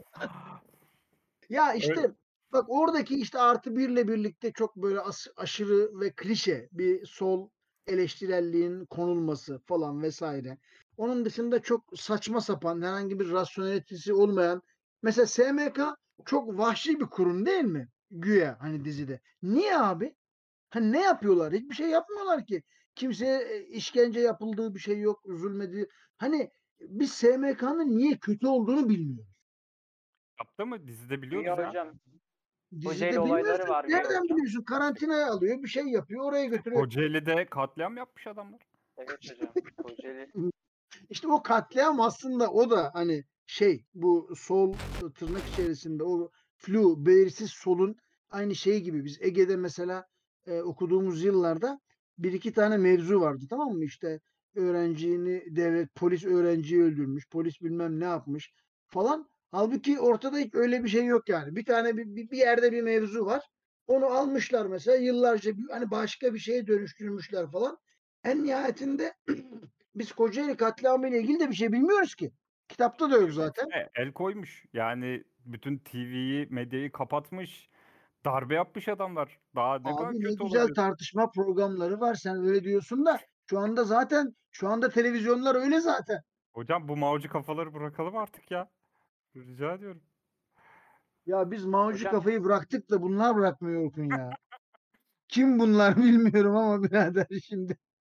S1: Ya
S2: Öyle.
S1: işte bak, oradaki işte artı birle birlikte çok böyle as- aşırı ve klişe bir sol eleştirelliğin konulması falan vesaire. Onun dışında çok saçma sapan, herhangi bir rasyonelitesi olmayan, mesela S M K çok vahşi bir kurum değil mi? Güya hani dizide. Niye abi? Hani ne yapıyorlar? Hiçbir şey yapmıyorlar ki. Kimseye e, işkence yapıldığı bir şey yok, zulmediği. Hani biz S M K'nın niye kötü olduğunu bilmiyoruz.
S2: Yaptı mı? Dizide biliyoruz
S3: Güya
S2: ya.
S3: hocam Kocaeli
S1: Dizide
S3: olayları
S1: bilmiyorsun.
S3: var güya
S1: Nereden
S3: hocam.
S1: biliyorsun? Karantinaya alıyor, bir şey yapıyor, oraya götürüyor.
S2: Kocaeli'de katliam yapmış adamlar.
S3: Evet hocam. Kocaeli.
S1: İşte o katliam aslında o da hani şey, bu sol tırnak içerisinde o flu, belirsiz solun aynı şey gibi. Biz Ege'de mesela e, okuduğumuz yıllarda bir iki tane mevzu vardı, tamam mı? İşte öğrencini devlet, polis öğrenciyi öldürmüş, polis bilmem ne yapmış falan. Halbuki ortada hiç öyle bir şey yok yani. Bir tane bir, bir bir yerde bir mevzu var. Onu almışlar mesela yıllarca bir, hani başka bir şeye dönüştürmüşler falan. En nihayetinde biz Kocaeli katliamı ile ilgili de bir şey bilmiyoruz ki. Kitapta da yok zaten.
S2: Hükümetine el koymuş. Yani bütün T V'yi, medyayı kapatmış. Darbe yapmış adamlar. Daha ne kadar
S1: Abi ne
S2: kötü
S1: güzel
S2: olabilir?
S1: tartışma programları var. Sen öyle diyorsun da şu anda zaten şu anda televizyonlar öyle zaten.
S2: Hocam bu mavcı kafaları bırakalım artık ya. Rica ediyorum.
S1: Ya biz Maucu
S3: Hocam
S1: kafayı bıraktık da bunlar bırakmıyor Orkun ya. Kim bunlar bilmiyorum ama birader şimdi.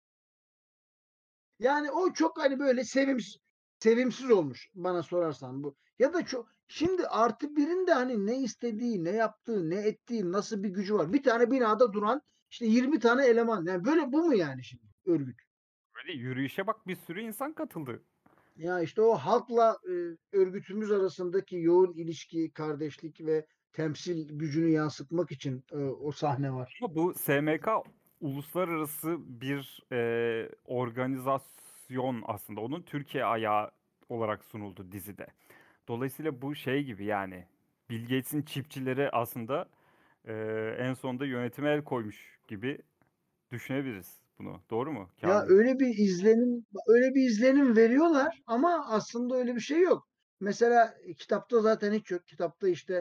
S1: Yani o çok hani böyle sevimsiz, sevimsiz olmuş bana sorarsan bu. Ya da çok şimdi artı birin de hani ne istediği, ne yaptığı, ne ettiği, nasıl bir gücü var. Bir tane binada duran işte yirmi tane eleman. Yani böyle bu mu yani şimdi örgüt?
S2: Böyle yürüyüşe bak bir sürü insan katıldı.
S1: Ya işte o halkla e, örgütümüz arasındaki yoğun ilişki, kardeşlik ve temsil gücünü yansıtmak için e, o sahne var.
S2: Ama bu S M K uluslararası bir e, organizasyon aslında. Onun Türkiye ayağı olarak sunuldu dizide. Dolayısıyla bu şey gibi yani Bill Gates'in çiftçileri aslında e, en sonunda yönetime el koymuş gibi düşünebiliriz bunu. Doğru mu
S1: Ya
S2: Kamil?
S1: öyle bir izlenim, öyle bir izlenim veriyorlar ama aslında öyle bir şey yok. Mesela e, kitapta zaten hiç yok. Kitapta işte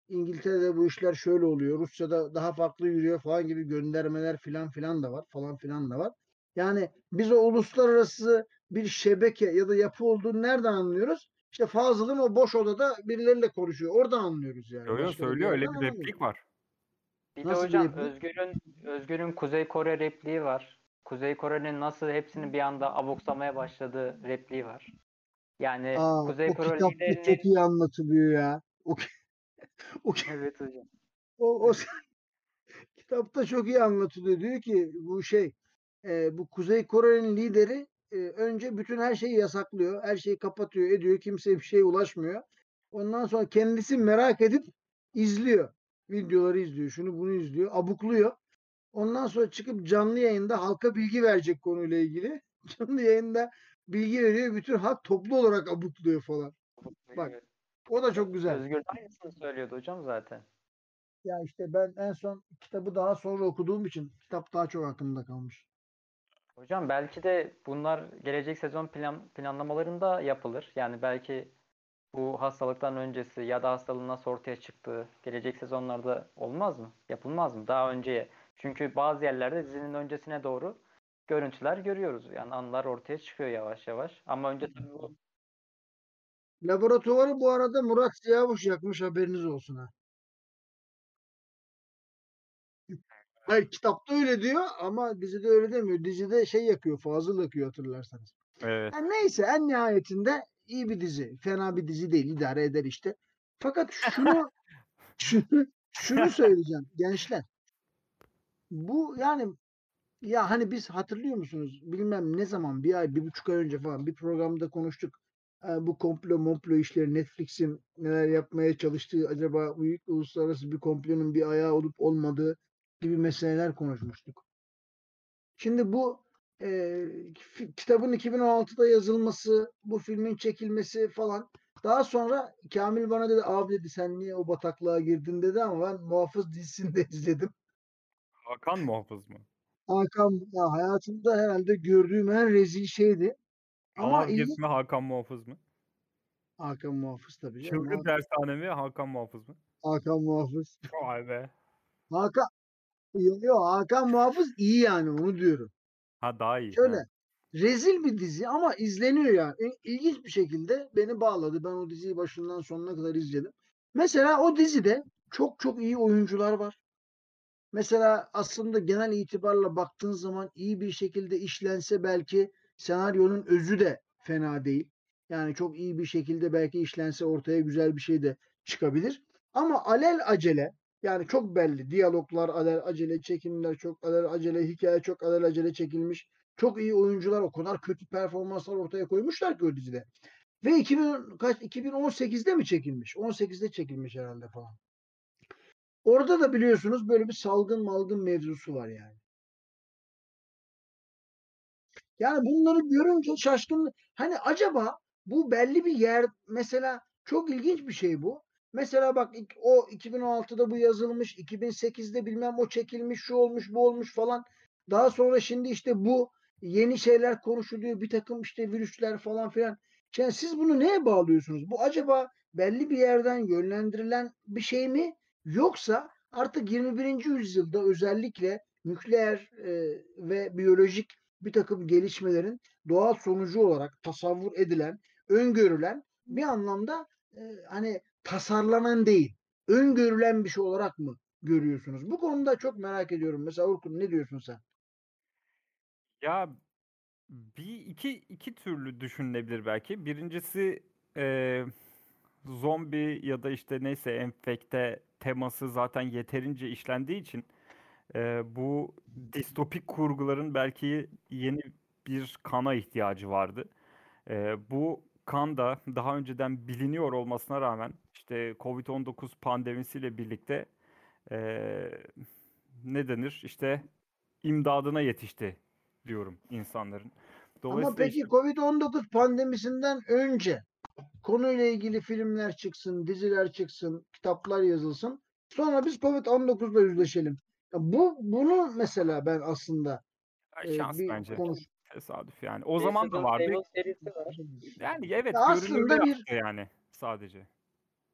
S1: İngiltere'de bu işler şöyle oluyor. Rusya'da daha farklı yürüyor falan gibi göndermeler filan filan da var. Falan filan da var. Yani biz o uluslararası bir şebeke ya da yapı olduğunu nereden anlıyoruz? İşte Fazıl'ın o boş odada birileriyle konuşuyor. Oradan anlıyoruz yani.
S2: Yo yo
S1: Başka da bir
S2: söylüyor, öyle
S1: yerden
S2: bir
S1: anlamıyoruz.
S2: replik var.
S3: Bir de
S1: Nasıl bir
S3: hocam
S1: replik?
S3: Özgür'ün Özgür'ün Kuzey Kore repliği var. Kuzey Kore'nin nasıl hepsini bir anda abuksamaya başladığı repliği var. Yani
S1: Aa,
S3: Kuzey
S1: o
S3: Kore
S1: kitapta çok
S3: liderinin
S1: iyi anlatılıyor ya. O, o,
S3: evet hocam.
S1: o, o kitapta çok iyi anlatılıyor. Diyor ki bu şey e, bu Kuzey Kore'nin lideri e, önce bütün her şeyi yasaklıyor. Her şeyi kapatıyor, ediyor. Kimseye bir şeye ulaşmıyor. Ondan sonra kendisi merak edip izliyor. Videoları izliyor. Şunu bunu izliyor. Abukluyor. Ondan sonra çıkıp canlı yayında halka bilgi verecek konuyla ilgili. Canlı yayında bilgi veriyor. Bütün halk toplu olarak abukluyor falan. Bak
S3: Evet.
S1: o da çok güzel.
S3: Özgür de aynısını söylüyordu hocam zaten.
S1: Ya işte ben en son kitabı daha sonra okuduğum için kitap daha çok aklımda kalmış.
S3: Hocam belki de bunlar gelecek sezon plan, planlamalarında yapılır. Yani belki bu hastalıktan öncesi ya da hastalığın nasıl ortaya çıktığı gelecek sezonlarda olmaz mı? Yapılmaz mı? Daha önceye. Çünkü bazı yerlerde dizinin öncesine doğru görüntüler görüyoruz. Yani anılar ortaya çıkıyor yavaş yavaş. Ama önce tabii bu
S1: Laboratuvarı bu arada Murat Siyavuş yakmış, haberiniz olsun ha. Hayır, kitapta öyle diyor ama dizide öyle demiyor. Dizide şey yakıyor, Fazıl yakıyor hatırlarsanız.
S2: Evet.
S1: Yani neyse en nihayetinde iyi bir dizi. Fena bir dizi değil, idare eder işte. Fakat şunu şunu, şunu söyleyeceğim gençler. Bu yani ya hani biz hatırlıyor musunuz? Bilmem ne zaman bir ay, bir buçuk ay önce falan bir programda konuştuk. Ee, bu komplo momplo işleri, Netflix'in neler yapmaya çalıştığı, acaba büyük uluslararası bir komplonun bir ayağı olup olmadığı gibi meseleler konuşmuştuk. Şimdi bu e, fi- kitabın iki bin on altıda yazılması, bu filmin çekilmesi falan. Daha sonra Kamil bana dedi, abi dedi sen niye o bataklığa girdin dedi, ama ben Muhafız dizisini de izledim.
S2: Hakan Muhafız mı?
S1: Hakan ya hayatımda herhalde gördüğüm en rezil şeydi. Ama
S2: Malazgirt
S1: ilginç.
S2: mi, Hakan Muhafız mı?
S1: Hakan Muhafız tabii canım.
S2: Çılgın
S1: Hakan,
S2: Dershane mi, Hakan Muhafız mı?
S1: Hakan Muhafız.
S2: Vay be.
S1: Hakan, yok, yok, Hakan Muhafız iyi yani, onu diyorum.
S2: Ha, daha iyi.
S1: Şöyle
S2: Ha.
S1: rezil bir dizi ama izleniyor yani. İ- İlginç bir şekilde beni bağladı. Ben o diziyi başından sonuna kadar izledim. Mesela o dizide çok çok iyi oyuncular var. Mesela aslında genel itibarla baktığın zaman iyi bir şekilde işlense belki senaryonun özü de fena değil. Yani çok iyi bir şekilde belki işlense ortaya güzel bir şey de çıkabilir. Ama alel acele, yani çok belli diyaloglar alel acele, çekimler çok alel acele, hikaye çok alel acele çekilmiş. Çok iyi oyuncular o kadar kötü performanslar ortaya koymuşlar ki o dizide. Ve iki bin kaç iki bin on sekizde mi çekilmiş? on sekizde çekilmiş herhalde falan. Orada da biliyorsunuz böyle bir salgın malgın mevzusu var yani. Yani bunları görünce şaşkın. Hani acaba bu belli bir yer, mesela çok ilginç bir şey bu. Mesela bak o iki bin on altıda bu yazılmış, iki bin sekizde bilmem o çekilmiş, şu olmuş, bu olmuş falan. Daha sonra şimdi işte bu yeni şeyler konuşuluyor, bir takım işte virüsler falan filan. Yani siz bunu neye bağlıyorsunuz? Bu acaba belli bir yerden yönlendirilen bir şey mi? Yoksa artık yirmi birinci yüzyılda özellikle nükleer e, ve biyolojik bir takım gelişmelerin doğal sonucu olarak tasavvur edilen, öngörülen, bir anlamda e, hani tasarlanan değil, öngörülen bir şey olarak mı görüyorsunuz? Bu konuda çok merak ediyorum. Mesela Orkun, ne diyorsun sen?
S2: Ya bir iki iki türlü düşünülebilir belki. Birincisi eee, zombi ya da işte neyse enfekte teması zaten yeterince işlendiği için eee, bu distopik kurguların belki yeni bir kana ihtiyacı vardı. Eee, bu kan da daha önceden biliniyor olmasına rağmen işte covid on dokuz pandemisiyle birlikte eee, ne denir? İşte imdadına yetişti diyorum insanların.
S1: Ama
S2: Dolayısıyla
S1: peki
S2: işte
S1: Covid on dokuz pandemisinden önce konuyla ilgili filmler çıksın, diziler çıksın, kitaplar yazılsın. Sonra biz Covid on dokuzla yüzleşelim. Ya bu bunu mesela ben aslında
S2: e,
S1: e,
S2: şans
S1: bir
S2: bence.
S1: konuş.
S2: Tesadüf yani. O zaman da
S3: Resident
S2: vardı.
S3: Evil serisi var.
S2: Yani
S1: Ya
S2: evet görünürlüğü
S1: aslında bir
S2: arttı yani sadece.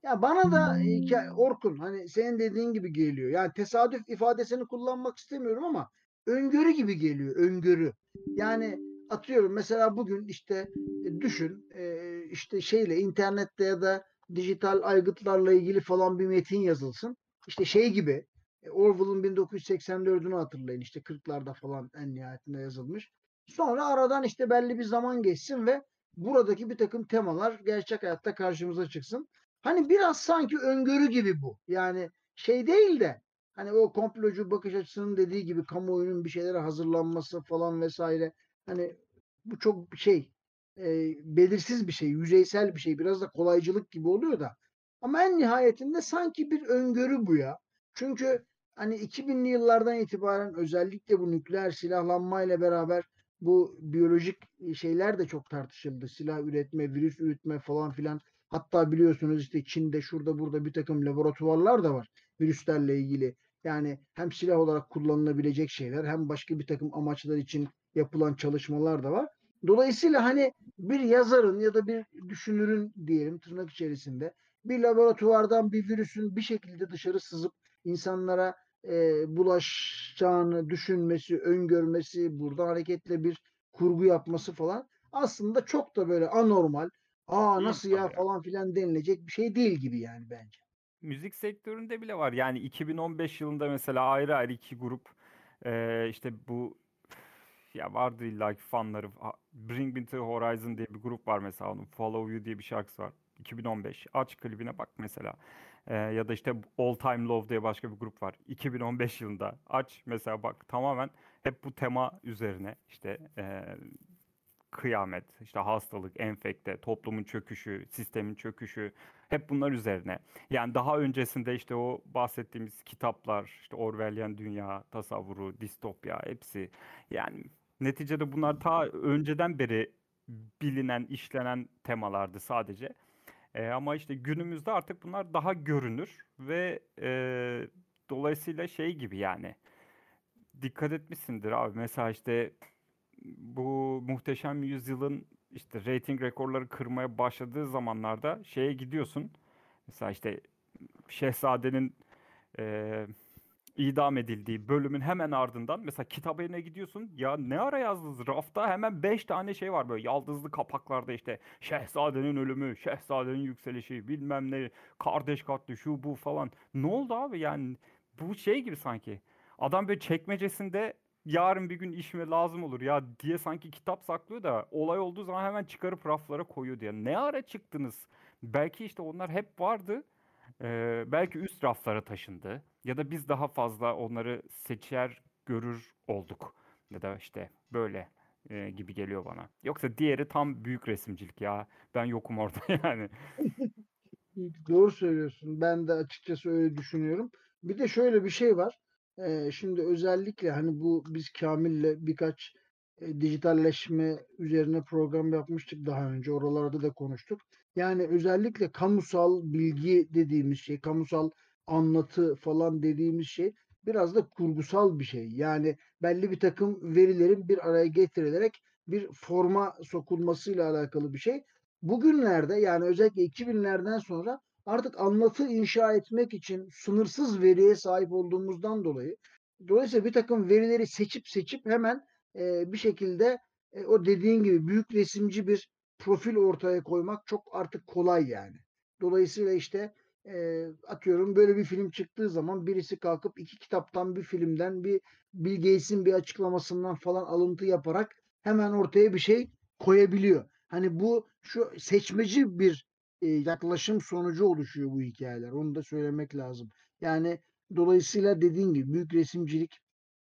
S1: Ya bana da e, hikaye- Orkun hani senin dediğin gibi geliyor. Yani tesadüf ifadesini kullanmak istemiyorum ama öngörü gibi geliyor. Öngörü. Yani atıyorum mesela bugün işte e, düşün e, işte şeyle internette ya da dijital aygıtlarla ilgili falan bir metin yazılsın. İşte şey gibi e, Orwell'ın bin dokuz yüz seksen dördünü hatırlayın işte kırklarda falan en nihayetinde yazılmış. Sonra aradan işte belli bir zaman geçsin ve buradaki bir takım temalar gerçek hayatta karşımıza çıksın. Hani biraz sanki öngörü gibi bu. Yani şey değil de hani o komplocu bakış açısının dediği gibi kamuoyunun bir şeylere hazırlanması falan vesaire. Hani bu çok şey e, belirsiz bir şey, yüzeysel bir şey. Biraz da kolaycılık gibi oluyor da. Ama en nihayetinde sanki bir öngörü bu ya. Çünkü hani iki binli yıllardan itibaren özellikle bu nükleer silahlanmayla beraber bu biyolojik şeyler de çok tartışıldı. Silah üretme, virüs üretme falan filan. Hatta biliyorsunuz işte Çin'de şurada burada bir takım laboratuvarlar da var virüslerle ilgili. Yani hem silah olarak kullanılabilecek şeyler hem başka bir takım amaçlar için yapılan çalışmalar da var. Dolayısıyla hani bir yazarın ya da bir düşünürün diyelim tırnak içerisinde bir laboratuvardan bir virüsün bir şekilde dışarı sızıp insanlara e, bulaşacağını düşünmesi, öngörmesi, buradan hareketle bir kurgu yapması falan aslında çok da böyle anormal, aa
S2: Değil
S1: nasıl ya
S2: tabii ya.
S1: falan filan denilecek bir şey değil gibi yani bence.
S2: Müzik sektöründe bile var. Yani iki bin on beş yılında mesela ayrı ayrı iki grup eee, işte bu ya vardı illaki fanları. Ha- Bring Me To Horizon diye bir grup var mesela, onun Follow You diye bir şarkısı var. iki bin on beş. Aç klibine bak mesela. Eee, ya da işte All Time Low diye başka bir grup var. iki bin on beş yılında. Aç mesela bak, tamamen hep bu tema üzerine işte eee, kıyamet, işte hastalık, enfekte, toplumun çöküşü, sistemin çöküşü, hep bunlar üzerine. Yani daha öncesinde işte o bahsettiğimiz kitaplar, işte Orwellian dünya tasavvuru, distopya, hepsi. Yani neticede bunlar ta önceden beri bilinen, işlenen temalardı sadece. E, ama işte günümüzde artık bunlar daha görünür ve e, dolayısıyla şey gibi yani. Dikkat etmişsindir abi. Mesela işte bu Muhteşem Yüzyıl'ın işte rating rekorları kırmaya başladığı zamanlarda şeye gidiyorsun. Mesela işte Şehzade'nin eee, idam edildiği bölümün hemen ardından mesela kitap eline gidiyorsun. Ya ne ara yazdınız? Rafta hemen beş tane şey var böyle yaldızlı kapaklarda, işte Şehzade'nin ölümü, Şehzade'nin yükselişi, bilmem ne, kardeş katli, şu bu falan. Ne oldu abi yani, bu şey gibi sanki. Adam böyle çekmecesinde yarın bir gün işime lazım olur ya diye sanki kitap saklıyor da olay olduğu zaman hemen çıkarıp raflara koyuyor diye. Ne ara çıktınız? Belki işte onlar hep vardı. Ee, belki üst raflara taşındı ya da biz daha fazla onları seçer görür olduk ya da işte böyle e, gibi geliyor bana. Yoksa diğeri tam büyük resimcilik ya. Ben yokum orada yani.
S1: Doğru söylüyorsun. Ben de açıkçası öyle düşünüyorum. Bir de şöyle bir şey var. Ee, şimdi özellikle hani bu biz Kamil'le birkaç e, dijitalleşme üzerine program yapmıştık daha önce. Oralarda da konuştuk. Yani özellikle kamusal bilgi dediğimiz şey, kamusal anlatı falan dediğimiz şey biraz da kurgusal bir şey. Yani belli bir takım verilerin bir araya getirilerek bir forma sokulmasıyla alakalı bir şey. Bugünlerde yani özellikle iki binlerden sonra artık anlatı inşa etmek için sınırsız veriye sahip olduğumuzdan dolayı dolayısıyla bir takım verileri seçip seçip hemen e, bir şekilde e, o dediğin gibi büyük resimci bir profil ortaya koymak çok artık kolay yani. Dolayısıyla işte e, atıyorum böyle bir film çıktığı zaman birisi kalkıp iki kitaptan bir filmden bir Bill Gates'in bir açıklamasından falan alıntı yaparak hemen ortaya bir şey koyabiliyor. Hani bu şu seçmeci bir e, yaklaşım sonucu oluşuyor bu hikayeler. Onu da söylemek lazım. Yani dolayısıyla dediğin gibi büyük resimcilik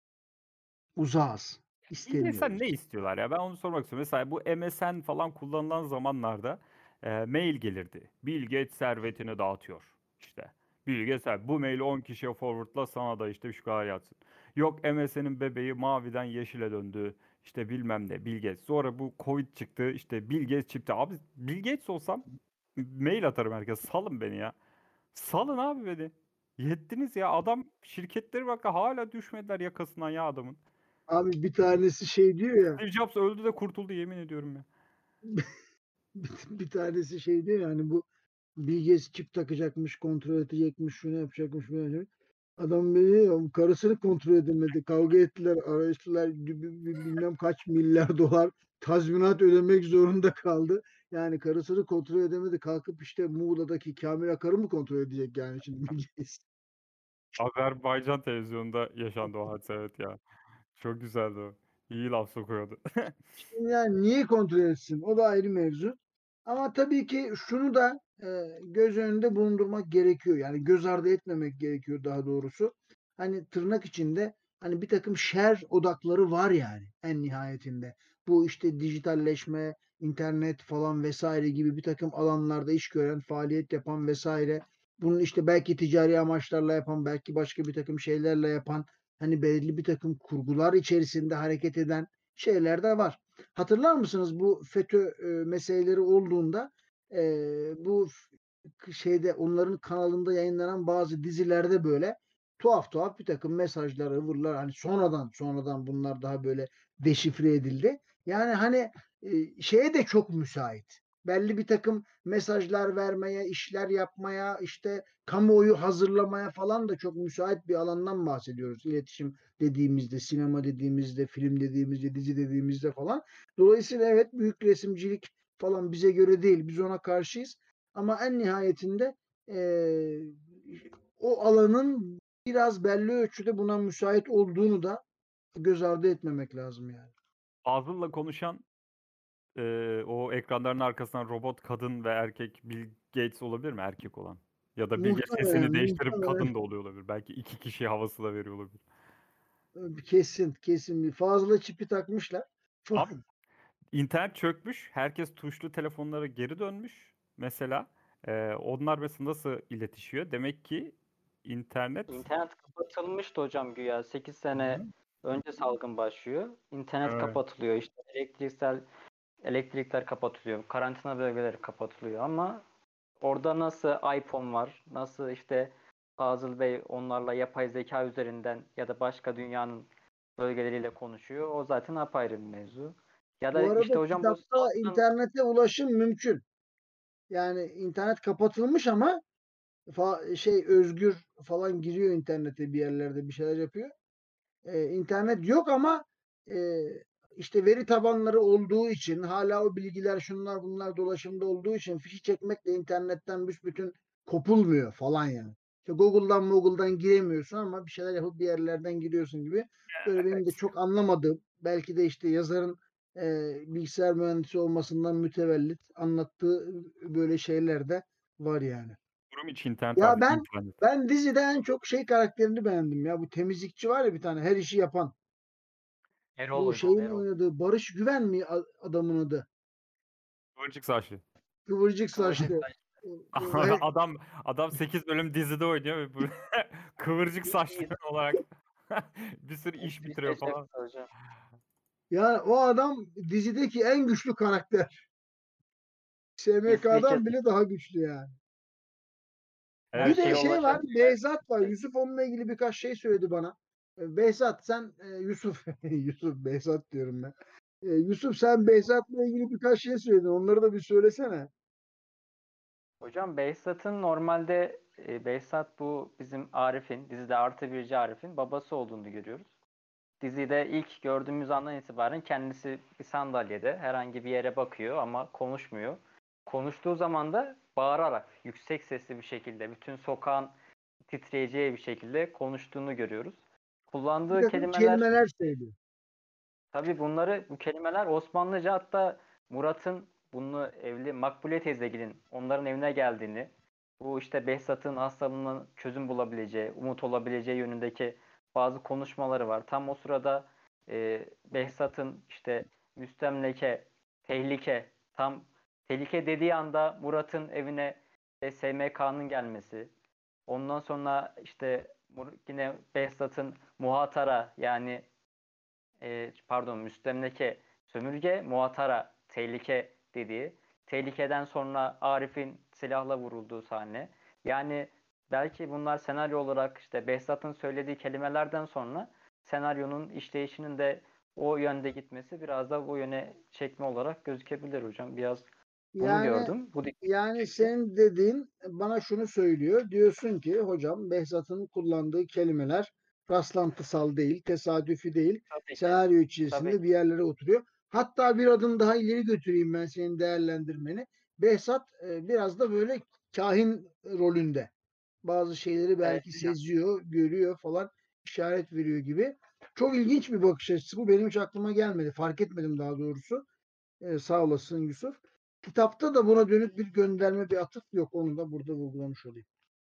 S1: uzağız.
S2: İyi de sen ne
S1: İstemiyoruz.
S2: istiyorlar ya? Ben onu sormak istiyorum. Mesela bu M S N falan kullanılan zamanlarda e, mail gelirdi. Bill Gates servetini dağıtıyor. İşte Bill Gates ser- bu maili on kişiye forwardla, sana da işte şu kadar yatsın. Yok, M S N'in bebeği maviden yeşile döndü. İşte bilmem ne Bill Gates. Sonra bu Covid çıktı. İşte Bill Gates çıktı. Abi Bill Gates olsam mail atarım herkese. Salın beni ya. Salın abi beni. Yettiniz ya. Adam şirketleri bak hala düşmediler yakasından ya adamın.
S1: Abi bir tanesi şey diyor ya
S2: Steve Jobs öldü de kurtuldu, yemin ediyorum ya.
S1: bir tanesi şey diyor yani bu Bill Gates çip takacakmış, kontrol edecekmiş, şunu yapacakmış, bunu yapacakmış. Adam beni karısını kontrol edemedi. Kavga ettiler, araştılar. bi- bi- bi- Bilmem kaç milyar dolar tazminat ödemek zorunda kaldı. Yani karısını kontrol edemedi. Kalkıp işte Muğla'daki Kamil Akar'ı mı kontrol edecek yani şimdi Bill Gates?
S2: Azerbaycan televizyonunda yaşandı o hadise, evet ya. Çok güzeldi o. İyi laf sokuyordu.
S1: Yani niye kontrol etsin? O da ayrı mevzu. Ama tabii ki şunu da e, göz önünde bulundurmak gerekiyor. Yani göz ardı etmemek gerekiyor daha doğrusu. Hani tırnak içinde hani bir takım şer odakları var yani en nihayetinde. Bu işte dijitalleşme, internet falan vesaire gibi bir takım alanlarda iş gören, faaliyet yapan vesaire. Bunun işte belki ticari amaçlarla yapan, belki başka bir takım şeylerle yapan, hani belli bir takım kurgular içerisinde hareket eden şeyler de var. Hatırlar mısınız bu FETÖ e, meseleleri olduğunda e, bu f- şeyde onların kanalında yayınlanan bazı dizilerde böyle tuhaf tuhaf bir takım mesajlar, ıvırlar hani sonradan sonradan bunlar daha böyle deşifre edildi. Yani hani e, şeye de çok müsait. Belli bir takım mesajlar vermeye, işler yapmaya, işte kamuoyu hazırlamaya falan da çok müsait bir alandan bahsediyoruz. İletişim dediğimizde, sinema dediğimizde, film dediğimizde, dizi dediğimizde falan. Dolayısıyla evet büyük resimcilik falan bize göre değil. Biz ona karşıyız. Ama en nihayetinde eee, o alanın biraz belli ölçüde buna müsait olduğunu da göz ardı etmemek lazım yani.
S2: Fazıl'la konuşan eee, o ekranların arkasından robot kadın ve erkek Bill Gates olabilir mi? Erkek olan. Ya da Bill Gates
S1: Muhtemelen,
S2: sesini değiştirip
S1: muhtemelen
S2: kadın da oluyor olabilir. Belki iki kişi havası da veriyor olabilir.
S1: kesin, kesin bir fazla çipi takmışlar.
S2: Abi internet çökmüş. Herkes tuşlu telefonlara geri dönmüş. Mesela Eee, onlar mesela nasıl iletişiyor? Demek ki internet.
S3: İnternet kapatılmıştı hocam güya. sekiz sene
S2: Hı.
S3: önce salgın başlıyor. İnternet
S2: Evet.
S3: kapatılıyor. İşte elektriksel elektrikler kapatılıyor. Karantina bölgeleri kapatılıyor ama orada nasıl iPhone var, nasıl işte Fazıl Bey onlarla yapay zeka üzerinden ya da başka dünyanın bölgeleriyle konuşuyor. O zaten apayrı bir mevzu. Ya da
S1: Bu arada
S3: işte hocam bu
S1: kitapta
S3: salgının
S1: internete ulaşım mümkün. Yani internet kapatılmış ama fa- şey Özgür falan giriyor internete bir yerlerde bir şeyler yapıyor. Ee, internet yok ama e, işte veri tabanları olduğu için hala o bilgiler şunlar bunlar dolaşımda olduğu için fişi çekmekle internetten büsbütün kopulmuyor falan yani. İşte Google'dan Google'dan giremiyorsun ama bir şeyler yapıp bir yerlerden giriyorsun gibi. Böyle benim de çok anlamadığım belki de işte yazarın e, bilgisayar mühendisi olmasından mütevellit anlattığı böyle şeyler de var yani.
S2: Kurum içi internet
S1: Ya
S2: abi,
S1: ben
S2: internet.
S1: ben dizide en çok şey karakterini beğendim ya. Bu temizlikçi var ya bir tane her işi yapan.
S3: Erol
S1: Bu
S3: hocam
S1: şeyin
S3: Erol.
S1: oynadığı Barış Güven mi a- adamın adı?
S2: Kıvırcık saçlı.
S1: Kıvırcık
S3: Kıvırcık
S1: saçlı.
S3: saç.
S1: O- o he-
S2: Adam adam sekiz bölüm dizide oynuyor ve bu kıvırcık saçlı
S3: İyi,
S2: olarak bir sürü iş
S3: İsviçre
S2: bitiriyor
S3: şakası
S2: falan.
S3: hocam.
S1: Ya o adam dizideki en güçlü karakter.
S3: İsviçre
S1: S M K'dan bile daha güçlü yani.
S3: her
S1: Bir
S2: Evet
S1: de
S3: şeye
S2: ya.
S1: şey var,
S3: ulaşabilen
S1: Behzat var. Yusuf onunla ilgili birkaç şey söyledi bana. E, Behzat sen e, Yusuf Yusuf Behzat diyorum ben. E, Yusuf sen Behzat'la ilgili birkaç şey söyledin. Onları da bir söylesene.
S3: hocam Behzat'ın normalde e, Behzat bu bizim Arif'in dizide artı birci Arif'in babası olduğunu görüyoruz. Dizide ilk gördüğümüz andan itibaren kendisi bir sandalyede herhangi bir yere bakıyor ama konuşmuyor. Konuştuğu zaman da bağırarak yüksek sesli bir şekilde bütün sokağın titreyeceği bir şekilde konuştuğunu görüyoruz.
S1: Bir
S3: Kullandığı
S1: takım
S3: kelimeler
S1: kelimeler söylüyor.
S3: tabii bunları bu kelimeler Osmanlıca hatta Murat'ın bunu evli Makbule teyzegilin onların evine geldiğini bu işte Behzat'ın hastalığına çözüm bulabileceği, umut olabileceği yönündeki bazı konuşmaları var. Tam o sırada e, Behzat'ın işte müstemleke, tehlike, tam tehlike dediği anda Murat'ın evine e, S M K'nın gelmesi. Ondan sonra işte yine Behzat'ın muhatara yani e, pardon müstemleke sömürge muhatara tehlike dediği tehlikeden sonra Arif'in silahla vurulduğu sahne. Yani belki bunlar senaryo olarak işte Behzat'ın söylediği kelimelerden sonra senaryonun işleyişinin de o yönde gitmesi biraz da bu yöne çekme olarak gözükebilir hocam. Biraz Bunu
S1: Yani
S3: gördüm. Bu dikkatimi
S1: yani
S3: çekti.
S1: senin dediğin bana şunu söylüyor. Diyorsun ki hocam Behzat'ın kullandığı kelimeler rastlantısal değil, tesadüfi değil.
S3: Tabii ki.
S1: Senaryo
S3: Tabii
S1: içerisinde bir
S3: ki.
S1: yerlere oturuyor. Hatta bir adım daha ileri götüreyim ben senin değerlendirmeni. Behzat e, biraz da böyle kahin rolünde. Bazı şeyleri
S3: Evet
S1: belki
S3: hocam.
S1: seziyor, görüyor falan, işaret veriyor gibi. Çok ilginç bir bakış açısı. Bu benim hiç aklıma gelmedi. Fark etmedim daha doğrusu. Ee, sağ olasın Yusuf. Kitapta da buna dönük bir gönderme, bir atıf yok. Onu da burada vurgulamış olayım.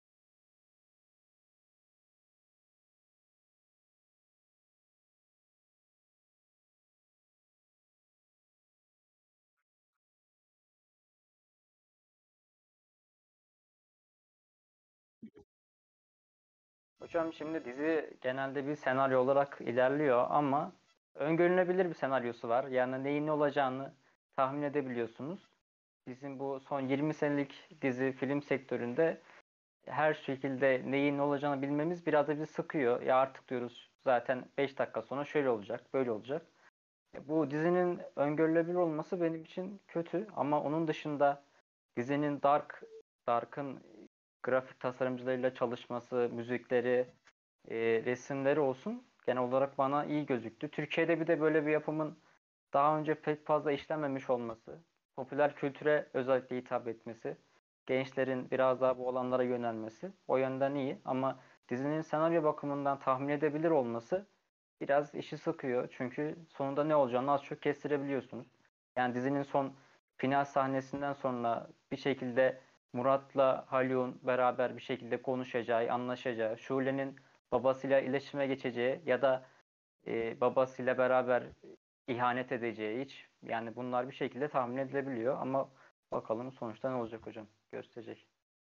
S3: Hocam şimdi dizi genelde bir senaryo olarak ilerliyor ama öngörülebilir bir senaryosu var. Yani neyin ne olacağını tahmin edebiliyorsunuz. Bizim bu son yirmi senelik dizi film sektöründe her şekilde neyin ne olacağını bilmemiz biraz da bizi sıkıyor. Ya artık diyoruz zaten beş dakika sonra şöyle olacak, böyle olacak. Bu dizinin öngörülebilir olması benim için kötü ama onun dışında dizinin Dark Dark'ın grafik tasarımcılarıyla çalışması, müzikleri, e, resimleri olsun genel olarak bana iyi gözüktü. Türkiye'de bir de böyle bir yapımın daha önce pek fazla işlenmemiş olması, popüler kültüre özellikle hitap etmesi, gençlerin biraz daha bu alanlara yönelmesi o yönden iyi ama dizinin senaryo bakımından tahmin edebilir olması biraz işi sıkıyor. Çünkü sonunda ne olacağını az çok kestirebiliyorsunuz. Yani dizinin son final sahnesinden sonra bir şekilde Murat'la Haluk'un beraber bir şekilde konuşacağı, anlaşacağı, Şule'nin babasıyla iletişime geçeceği ya da e, babasıyla beraber ihanet edeceği hiç yani bunlar bir şekilde tahmin edilebiliyor ama bakalım sonuçta ne olacak hocam gösterecek.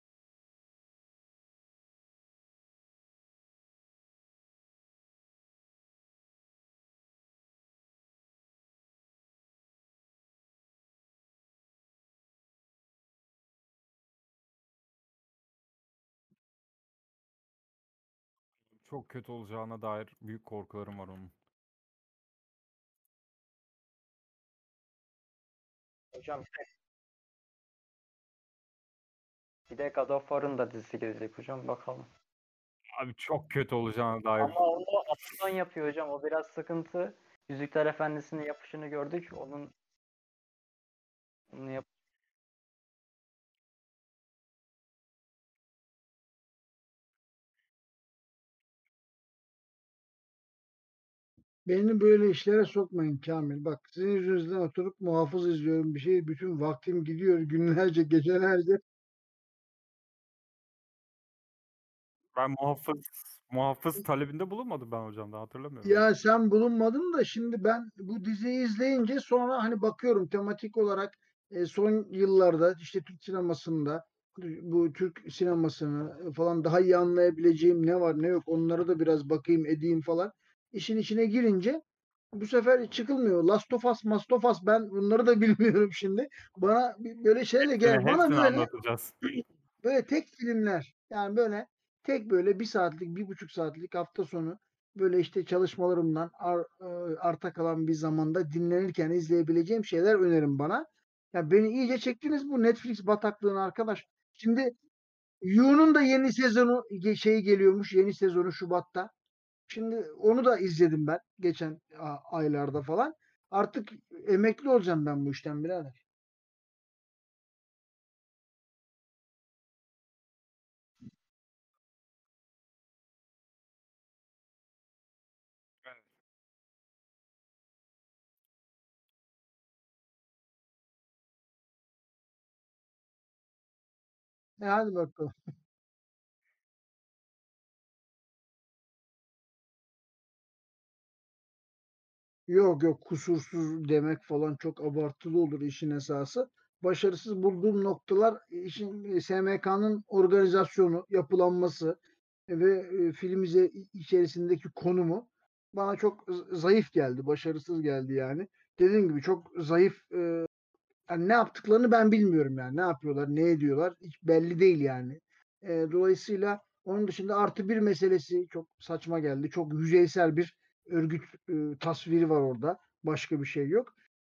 S2: Çok kötü olacağına dair büyük korkularım var onun.
S3: Hocam bir de God of War'ın da dizisi gelecek hocam bakalım.
S2: Abi çok kötü olacağına dair.
S3: Ama onu Amazon yapıyor hocam. O biraz sıkıntı. Yüzükler Efendisi'nin yapışını gördük. Onun onu yap
S1: Beni böyle işlere sokmayın Kamil. Bak sizin yüzünüzden oturup muhafız izliyorum bir şey. Bütün vaktim gidiyor günlerce, gecelerce.
S2: Ben muhafız muhafız talebinde bulunmadım ben hocamdan hatırlamıyorum öyle bir
S1: Ya
S2: şey.
S1: sen bulunmadın da şimdi ben bu diziyi izleyince sonra hani bakıyorum tematik olarak e, son yıllarda işte Türk sinemasında bu Türk sinemasını falan daha iyi anlayabileceğim ne var ne yok onları da biraz bakayım edeyim falan. İşin içine girince bu sefer çıkılmıyor. Last of Us, Mast of Us ben bunları da bilmiyorum şimdi. Bana bir- böyle şeyle
S2: Hepsini,
S1: gel. Bana
S2: hepsini
S1: böyle
S2: anlatacağız.
S1: böyle tek filmler yani böyle tek böyle bir saatlik bir buçuk saatlik hafta sonu böyle işte çalışmalarımdan ar- e, arta kalan bir zamanda dinlenirken izleyebileceğim şeyler önerin bana. Ya beni iyice çektiniz bu Netflix bataklığına arkadaş. Şimdi Yu'nun da yeni sezonu şey geliyormuş yeni sezonu Şubat'ta. Şimdi onu da izledim ben geçen a- aylarda falan. Artık emekli olacağım ben bu işten birader.
S2: Evet.
S1: E hadi bakalım. Yok yok kusursuz demek falan çok abartılı olur işin esası. Başarısız bulduğum noktalar işin S M K'nın organizasyonu, yapılanması ve e, film ize- içerisindeki konumu bana çok z- zayıf geldi, başarısız geldi yani. Dediğim gibi çok zayıf e, yani ne yaptıklarını ben bilmiyorum yani. Ne yapıyorlar, ne ediyorlar hiç belli değil yani. E, dolayısıyla onun dışında artı bir meselesi çok saçma geldi. Çok yüzeysel bir örgüt e, tasviri var orada. Başka bir şey yok.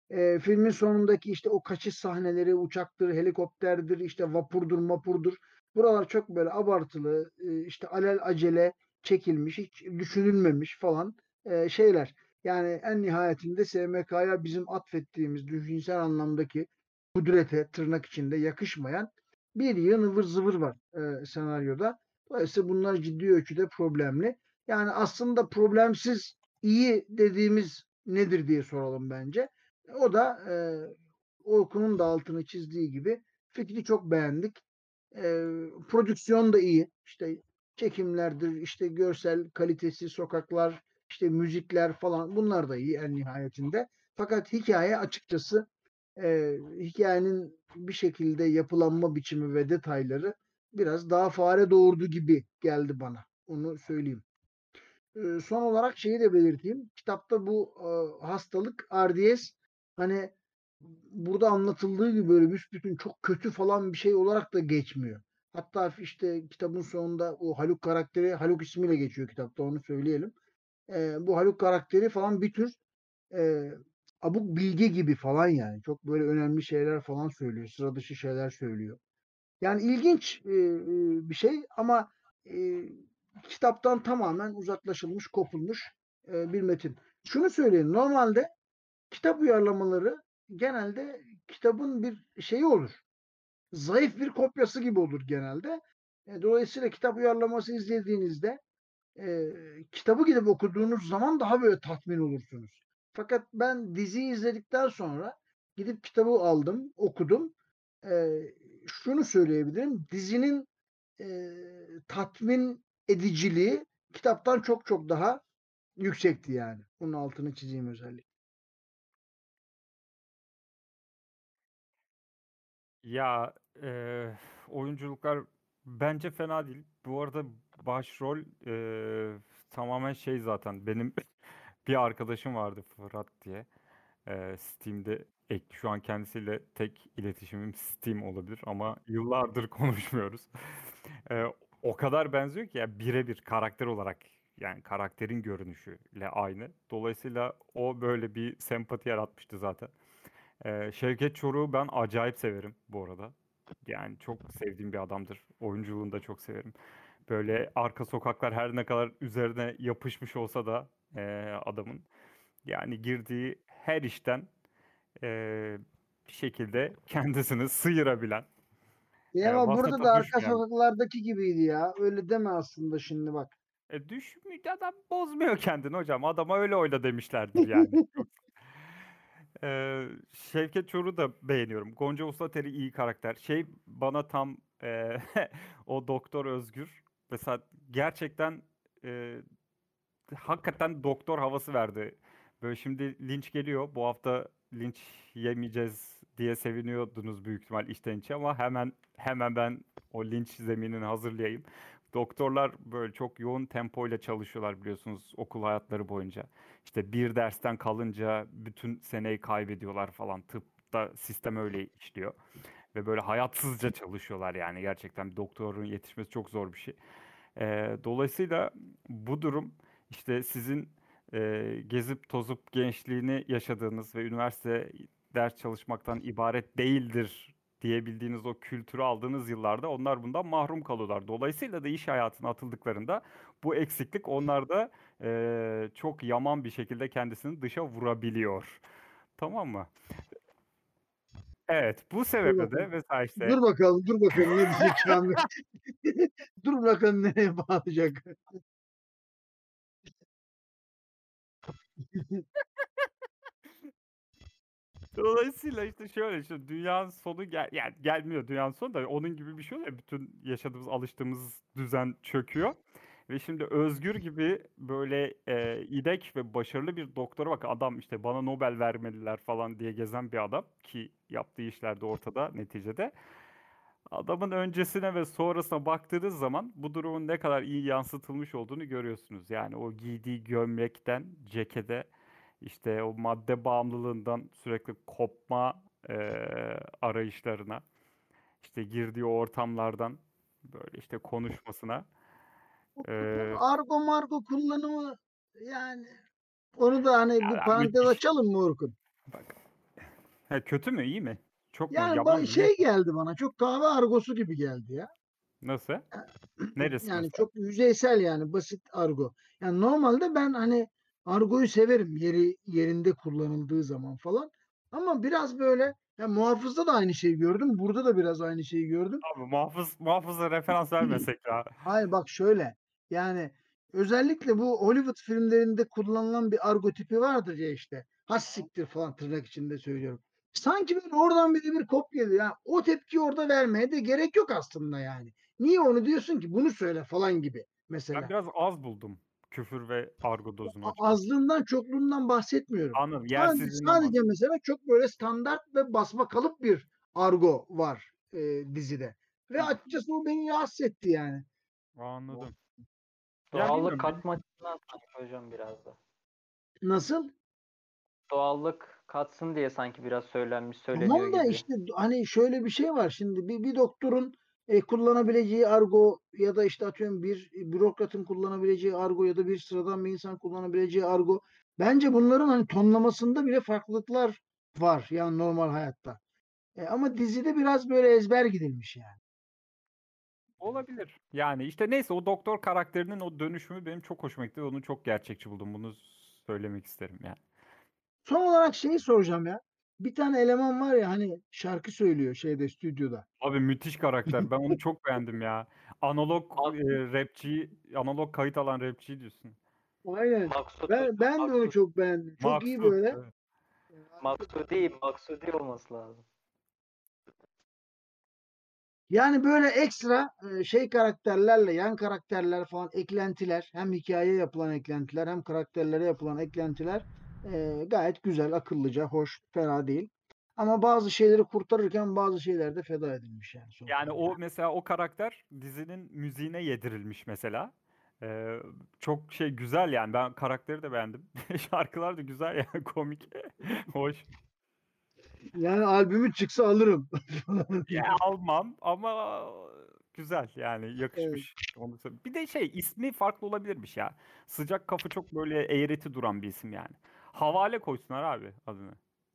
S1: Eee, filmin sonundaki işte o kaçış sahneleri, uçaktır, helikopterdir, işte vapurdur, mapurdur. Buralar çok böyle abartılı, eee, işte alelacele çekilmiş, hiç düşünülmemiş falan eee, şeyler. Yani en nihayetinde S M K'ya bizim atfettiğimiz düşünsel anlamdaki kudrete tırnak içinde yakışmayan bir yığın ıvır zıvır var eee, senaryoda. Dolayısıyla bunlar ciddi ölçüde problemli. Yani aslında problemsiz iyi dediğimiz nedir diye soralım bence. O da e, Orkun'un da altını çizdiği gibi fikri çok beğendik. E, Prodüksiyon da iyi. İşte çekimlerdir, işte görsel kalitesi, sokaklar, işte müzikler falan bunlar da iyi en nihayetinde. Fakat hikaye açıkçası e, hikayenin bir şekilde yapılanma biçimi ve detayları biraz daha fare doğurdu gibi geldi bana. Onu söyleyeyim. Ee, son olarak şeyi de belirteyim. Kitapta bu e, hastalık R D S hani burada anlatıldığı gibi böyle büsbütün çok kötü falan bir şey olarak da geçmiyor. Hatta işte kitabın sonunda o Haluk karakteri Haluk ismiyle geçiyor kitapta onu söyleyelim. Ee, bu Haluk karakteri falan bir tür e, abuk bilge gibi falan yani. Çok böyle önemli şeyler falan söylüyor. Sıra dışı şeyler söylüyor. Yani ilginç e, e, bir şey ama e, kitaptan tamamen uzaklaşılmış, kopulmuş e, bir metin. Şunu söyleyeyim. Normalde kitap uyarlamaları genelde kitabın bir şeyi olur. Zayıf bir kopyası gibi olur genelde. E, dolayısıyla kitap uyarlaması izlediğinizde e, kitabı gidip okuduğunuz zaman daha böyle tatmin olursunuz. Fakat ben diziyi izledikten sonra gidip kitabı aldım, okudum. E, Şunu söyleyebilirim. Dizinin e, tatmin ediciliği kitaptan çok çok daha yüksekti yani. Bunun altını çizeyim özellikle.
S2: Ya eee, oyunculuklar bence fena değil. Bu arada başrol eee, tamamen şey zaten benim bir arkadaşım vardı Fırat diye. Eee, Steam'de ek şu an kendisiyle tek iletişimim Steam olabilir ama yıllardır konuşmuyoruz. Eee, O kadar benziyor ki ya birebir karakter olarak yani karakterin görünüşüyle aynı. Dolayısıyla o böyle bir sempati yaratmıştı zaten. Ee, Şevket Çoruk'u ben acayip severim bu arada. Yani çok sevdiğim bir adamdır. Oyunculuğunu da çok severim. Böyle arka sokaklar her ne kadar üzerine yapışmış olsa da ee, adamın yani girdiği her işten ee, bir şekilde kendisini sıyırabilen,
S1: Ya
S2: ee,
S1: ama burada da
S2: vasata
S1: arka
S2: düşmeyen.
S1: sokaklardaki gibiydi ya. Öyle deme aslında şimdi bak.
S2: E, düşmüyor adam bozmuyor kendini hocam. Adama öyle oyna demişlerdir yani. Ee, Şevket Çoruk'u da beğeniyorum. Gonca Ustateri iyi karakter. Şey bana tam e, o Doktor Özgür mesela gerçekten e, hakikaten doktor havası verdi. Böyle şimdi linç geliyor. Bu hafta linç yemeyeceğiz diye seviniyordunuz büyük ihtimal içten içe ama hemen hemen ben o linç zeminini hazırlayayım. Doktorlar böyle çok yoğun tempoyla çalışıyorlar biliyorsunuz okul hayatları boyunca. İşte bir dersten kalınca bütün seneyi kaybediyorlar falan. Tıpta sistem öyle işliyor. Ve böyle hayatsızca çalışıyorlar yani gerçekten bir doktorun yetişmesi çok zor bir şey. Ee, dolayısıyla bu durum işte sizin e, gezip tozup gençliğini yaşadığınız ve üniversite ders çalışmaktan ibaret değildir diyebildiğiniz o kültürü aldığınız yıllarda onlar bundan mahrum kalıyorlar. Dolayısıyla da iş hayatına atıldıklarında bu eksiklik onlarda e, çok yaman bir şekilde kendisini dışa vurabiliyor. Tamam mı? Evet, bu
S1: Dur
S2: sebeple de
S1: bakalım.
S2: mesela işte
S1: Dur bakalım, dur bakalım ne diyecek Kamil. Dur bakalım nereye bağlayacak.
S2: dolayısıyla işte şöyle işte dünyanın sonu gel yani gelmiyor dünyanın sonu da onun gibi bir şey oluyor. Bütün yaşadığımız alıştığımız düzen çöküyor. Ve şimdi Özgür gibi böyle e, İdek ve başarılı bir doktora bak adam işte bana Nobel vermeliler falan diye gezen bir adam ki yaptığı işler de ortada neticede. Adamın öncesine ve sonrasına baktığınız zaman bu durumun ne kadar iyi yansıtılmış olduğunu görüyorsunuz. Yani o giydiği gömlekten cekete işte o madde bağımlılığından sürekli kopma eee, arayışlarına, işte girdiği ortamlardan böyle işte konuşmasına. Eee,
S1: Argo margo kullanımı yani onu da hani bir
S2: ya
S1: parantez
S2: müthiş.
S1: açalım mı Orkun?
S2: Bak. Ha, kötü mü, iyi mi? Çok mu,
S1: Yani
S2: yavan
S1: ba-
S2: mı, ne?
S1: şey geldi bana, çok kahve argosu gibi geldi ya.
S2: Nasıl? Neresi
S1: Yani
S2: mesela?
S1: çok yüzeysel, yani basit argo. Yani normalde ben hani argoyu severim yeri yerinde kullanıldığı zaman falan. Ama biraz böyle, ya muhafızda da aynı şeyi gördüm. Burada da biraz aynı şeyi gördüm.
S2: Abi muhafız, muhafıza referans vermesek ya.
S1: Hayır bak şöyle. Yani özellikle bu Hollywood filmlerinde kullanılan bir argo tipi vardır ya işte. Has siktir falan, tırnak içinde söylüyorum. Sanki böyle oradan bir de bir kopya geliyor. Yani o tepkiyi orada vermeye de gerek yok aslında yani. Niye onu diyorsun ki? Bunu söyle falan gibi
S2: Ben
S1: mesela.
S2: biraz az buldum küfür ve argo dozunu
S1: A-
S2: açıkçası.
S1: Azlığından çokluğundan bahsetmiyorum.
S2: Anladım.
S1: Sadece,
S2: Yersizliğinden
S1: sadece
S2: bahsediyorum.
S1: mesela çok böyle standart ve basma kalıp bir argo var e, dizide. Ve açıkçası o beni rahatsız etti yani.
S2: Anladım. Ya
S3: Doğallık
S2: bilmiyorum.
S3: katma açısından sanki hocam biraz da.
S1: Nasıl?
S3: Doğallık katsın diye sanki biraz söylenmiş, söyleniyor
S1: Tamam da
S3: gibi.
S1: işte hani şöyle bir şey var, şimdi bir, bir doktorun e, kullanabileceği argo ya da işte atıyorum bir bürokratın kullanabileceği argo ya da bir sıradan bir insan kullanabileceği argo, bence bunların hani tonlamasında bile farklılıklar var yani normal hayatta. E, ama dizide biraz böyle ezber gidilmiş yani.
S2: Olabilir. Yani işte neyse, o doktor karakterinin o dönüşümü benim çok hoşuma gitti. Onu çok gerçekçi buldum. Bunu söylemek isterim yani.
S1: Son olarak şeyi soracağım ya. Bir tane eleman var ya, hani şarkı söylüyor şeyde, stüdyoda.
S2: Abi müthiş karakter. Ben onu çok beğendim ya. Analog
S3: Mak
S2: e, rapçi, analog kayıt alan rapçi diyorsun.
S1: Aynen.
S3: Maksut
S1: Ben
S3: hocam,
S1: ben de onu
S3: Maksut.
S1: çok beğendim. Çok iyi
S2: Maksut.
S1: böyle.
S2: Evet.
S1: E, harika bir
S3: Maksudi,
S1: adam.
S3: Maksudi olması lazım.
S1: Yani böyle ekstra e, şey karakterlerle, yan karakterler falan, eklentiler, hem hikayeye yapılan eklentiler hem karakterlere yapılan eklentiler e, gayet güzel, akıllıca, hoş, fena değil. Ama bazı şeyleri kurtarırken bazı şeyler de feda edilmiş yani
S2: Yani
S1: sonunda.
S2: o mesela o karakter dizinin müziğine yedirilmiş mesela. Ee, Çok şey güzel yani. Ben karakteri de beğendim. Şarkılar da güzel yani, komik. Hoş.
S1: Yani albümü çıksa alırım.
S2: Ya almam ama güzel yani,
S1: Evet.
S2: yakışmış. Onu söyleyeyim. Bir de şey, ismi farklı olabilirmiş ya. Sıcak Kafa çok böyle eğreti duran bir isim yani. Havale koysunlar abi adını.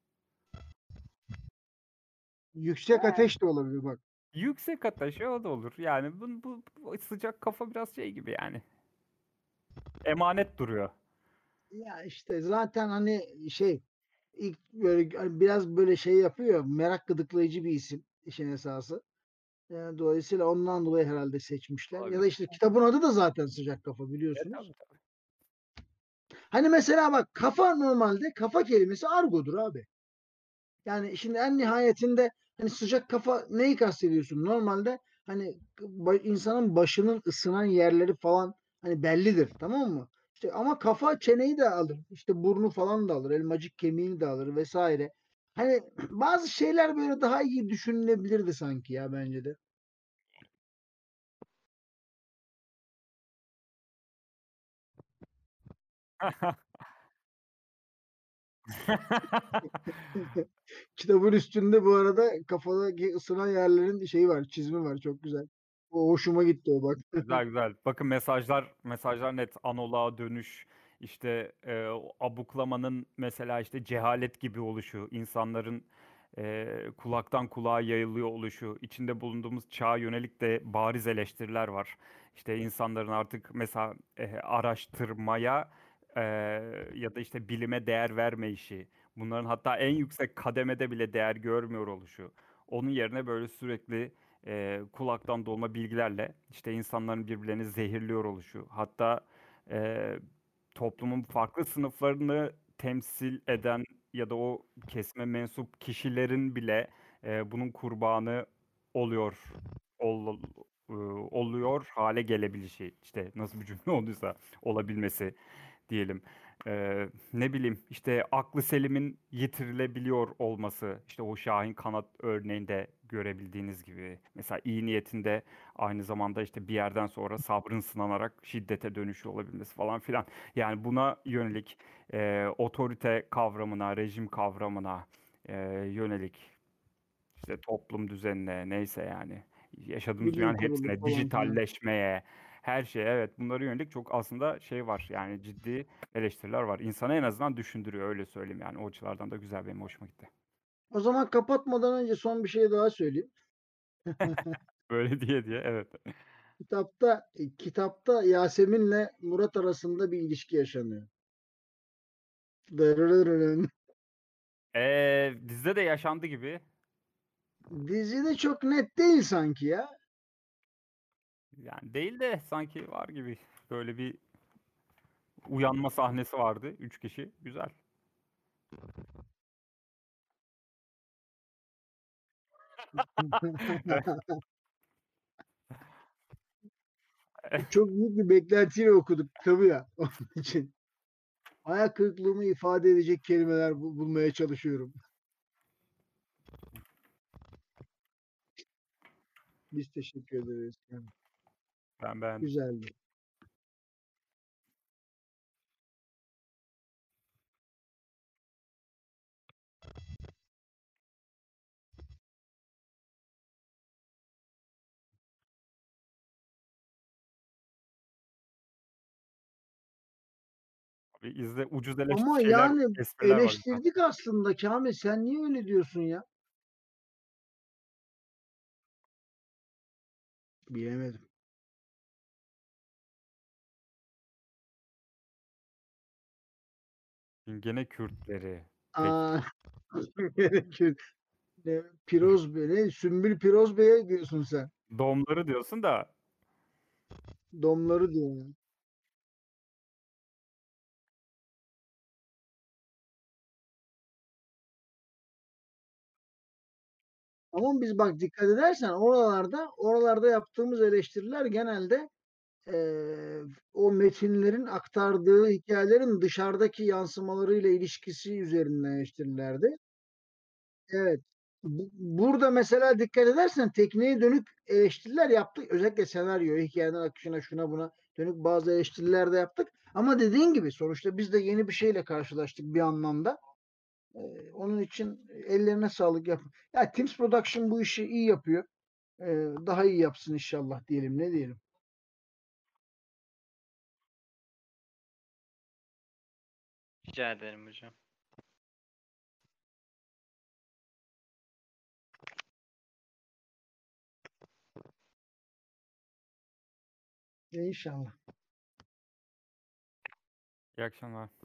S1: Yüksek ateş de olabilir bak.
S2: Yüksek Ateş, o da olur. Yani bu, bu, bu Sıcak Kafa biraz şey gibi yani. Emanet duruyor.
S1: Ya işte zaten hani şey, ilk böyle hani biraz böyle şey yapıyor. Merak gıdıklayıcı bir isim işin esası. Yani dolayısıyla ondan dolayı herhalde seçmişler. Ya
S2: Olabilir.
S1: da işte kitabın adı da zaten Sıcak Kafa,
S2: E
S1: biliyorsunuz.
S2: tabii tabii.
S1: Hani mesela bak, kafa, normalde kafa kelimesi argodur abi. Yani şimdi en nihayetinde hani sıcak kafa neyi kastediyorsun? Normalde hani ba- insanın başının ısınan yerleri falan hani bellidir, tamam mı? İşte ama kafa çeneyi de alır. İşte burnu falan da alır. Elmacık kemiğini de alır vesaire. Hani bazı şeyler böyle daha iyi düşünülebilirdi sanki ya, bence de. Kitabın üstünde bu arada kafadaki ısınan yerlerin şeyi var, çizimi var. Çok güzel. O hoşuma gitti o, bak.
S2: Güzel güzel. Bakın mesajlar mesajlar net, analoğa dönüş, işte e, o abuklamanın mesela işte cehalet gibi oluşu, insanların e, kulaktan kulağa yayılıyor oluşu, içinde bulunduğumuz çağa yönelik de bariz eleştiriler var. İşte insanların artık mesela e, araştırmaya e, ya da işte bilime değer vermeyişi, bunların hatta en yüksek kademede bile değer görmüyor oluşu. Onun yerine böyle sürekli e, kulaktan dolma bilgilerle işte insanların birbirlerini zehirliyor oluşu. Hatta e, toplumun farklı sınıflarını temsil eden ya da o kesime mensup kişilerin bile e, bunun kurbanı oluyor ol, e, oluyor hale gelebilişi. İşte nasıl bir cümle olduysa, olabilmesi diyelim. Ee, ne bileyim işte aklı selimin yitirilebiliyor olması, işte o Şahin Kanat örneğinde görebildiğiniz gibi, mesela iyi niyetinde aynı zamanda işte bir yerden sonra sabrın sınanarak şiddete dönüşü olabilmesi falan filan. Yani buna yönelik e, otorite kavramına, rejim kavramına e, yönelik, işte toplum düzenine, neyse yani yaşadığımız
S1: Bilim
S2: dünyanın
S1: kurulu
S2: hepsine,
S1: falan filan.
S2: dijitalleşmeye, her şeye, evet, bunlara yönelik çok aslında şey var yani, ciddi eleştiriler var. İnsanı en azından düşündürüyor, öyle söyleyeyim yani, o açılardan da güzel, benim hoşuma gitti.
S1: O zaman kapatmadan önce son bir şey daha söyleyeyim.
S2: Böyle diye diye evet.
S1: Kitapta kitapta Yasemin'le Murat arasında bir ilişki yaşanıyor. Dırırırırın.
S2: Ee, dizide de yaşandı gibi.
S1: Dizide çok net değil sanki ya.
S2: Yani değil de sanki var gibi. Böyle bir uyanma sahnesi vardı. Üç kişi. Güzel.
S1: Çok büyük bir beklentiyle okuduk kitabı ya. Onun için. Hayal kırıklığımı ifade edecek kelimeler bu- bulmaya çalışıyorum. Biz teşekkür ederiz. Yani
S2: Ben beğendim.
S1: güzeldi.
S2: Bir izle ucuz eleş
S1: Ama
S2: şeyler,
S1: yani
S2: espriler var güzel.
S1: eleştirdik aslında Kamil. Sen niye öyle diyorsun ya? Bilemedim.
S2: Gene Kürtleri. Peki.
S1: Aa, gerekiyor. Ne, Piroz Bey, ne? Sümbül Piroz Bey'e diyorsun sen.
S2: Domları diyorsun da
S1: Domları diyor. Yani. Ama biz bak dikkat edersen oralarda oralarda yaptığımız eleştiriler genelde eee, o metinlerin aktardığı hikayelerin dışarıdaki yansımalarıyla ilişkisi üzerinden eleştirilerdi. Evet. Bu- Burada mesela dikkat edersen tekniğe dönük eleştiriler yaptık. Özellikle senaryo, hikayenin akışına, şuna buna dönük bazı eleştiriler de yaptık. Ama dediğin gibi sonuçta biz de yeni bir şeyle karşılaştık bir anlamda. Ee, onun için ellerine sağlık yap. Ya Teams Production bu işi iyi yapıyor. Ee, daha iyi yapsın inşallah diyelim. Ne diyelim?
S3: Rica ederim hocam.
S1: İnşallah.
S2: iyi akşamlar.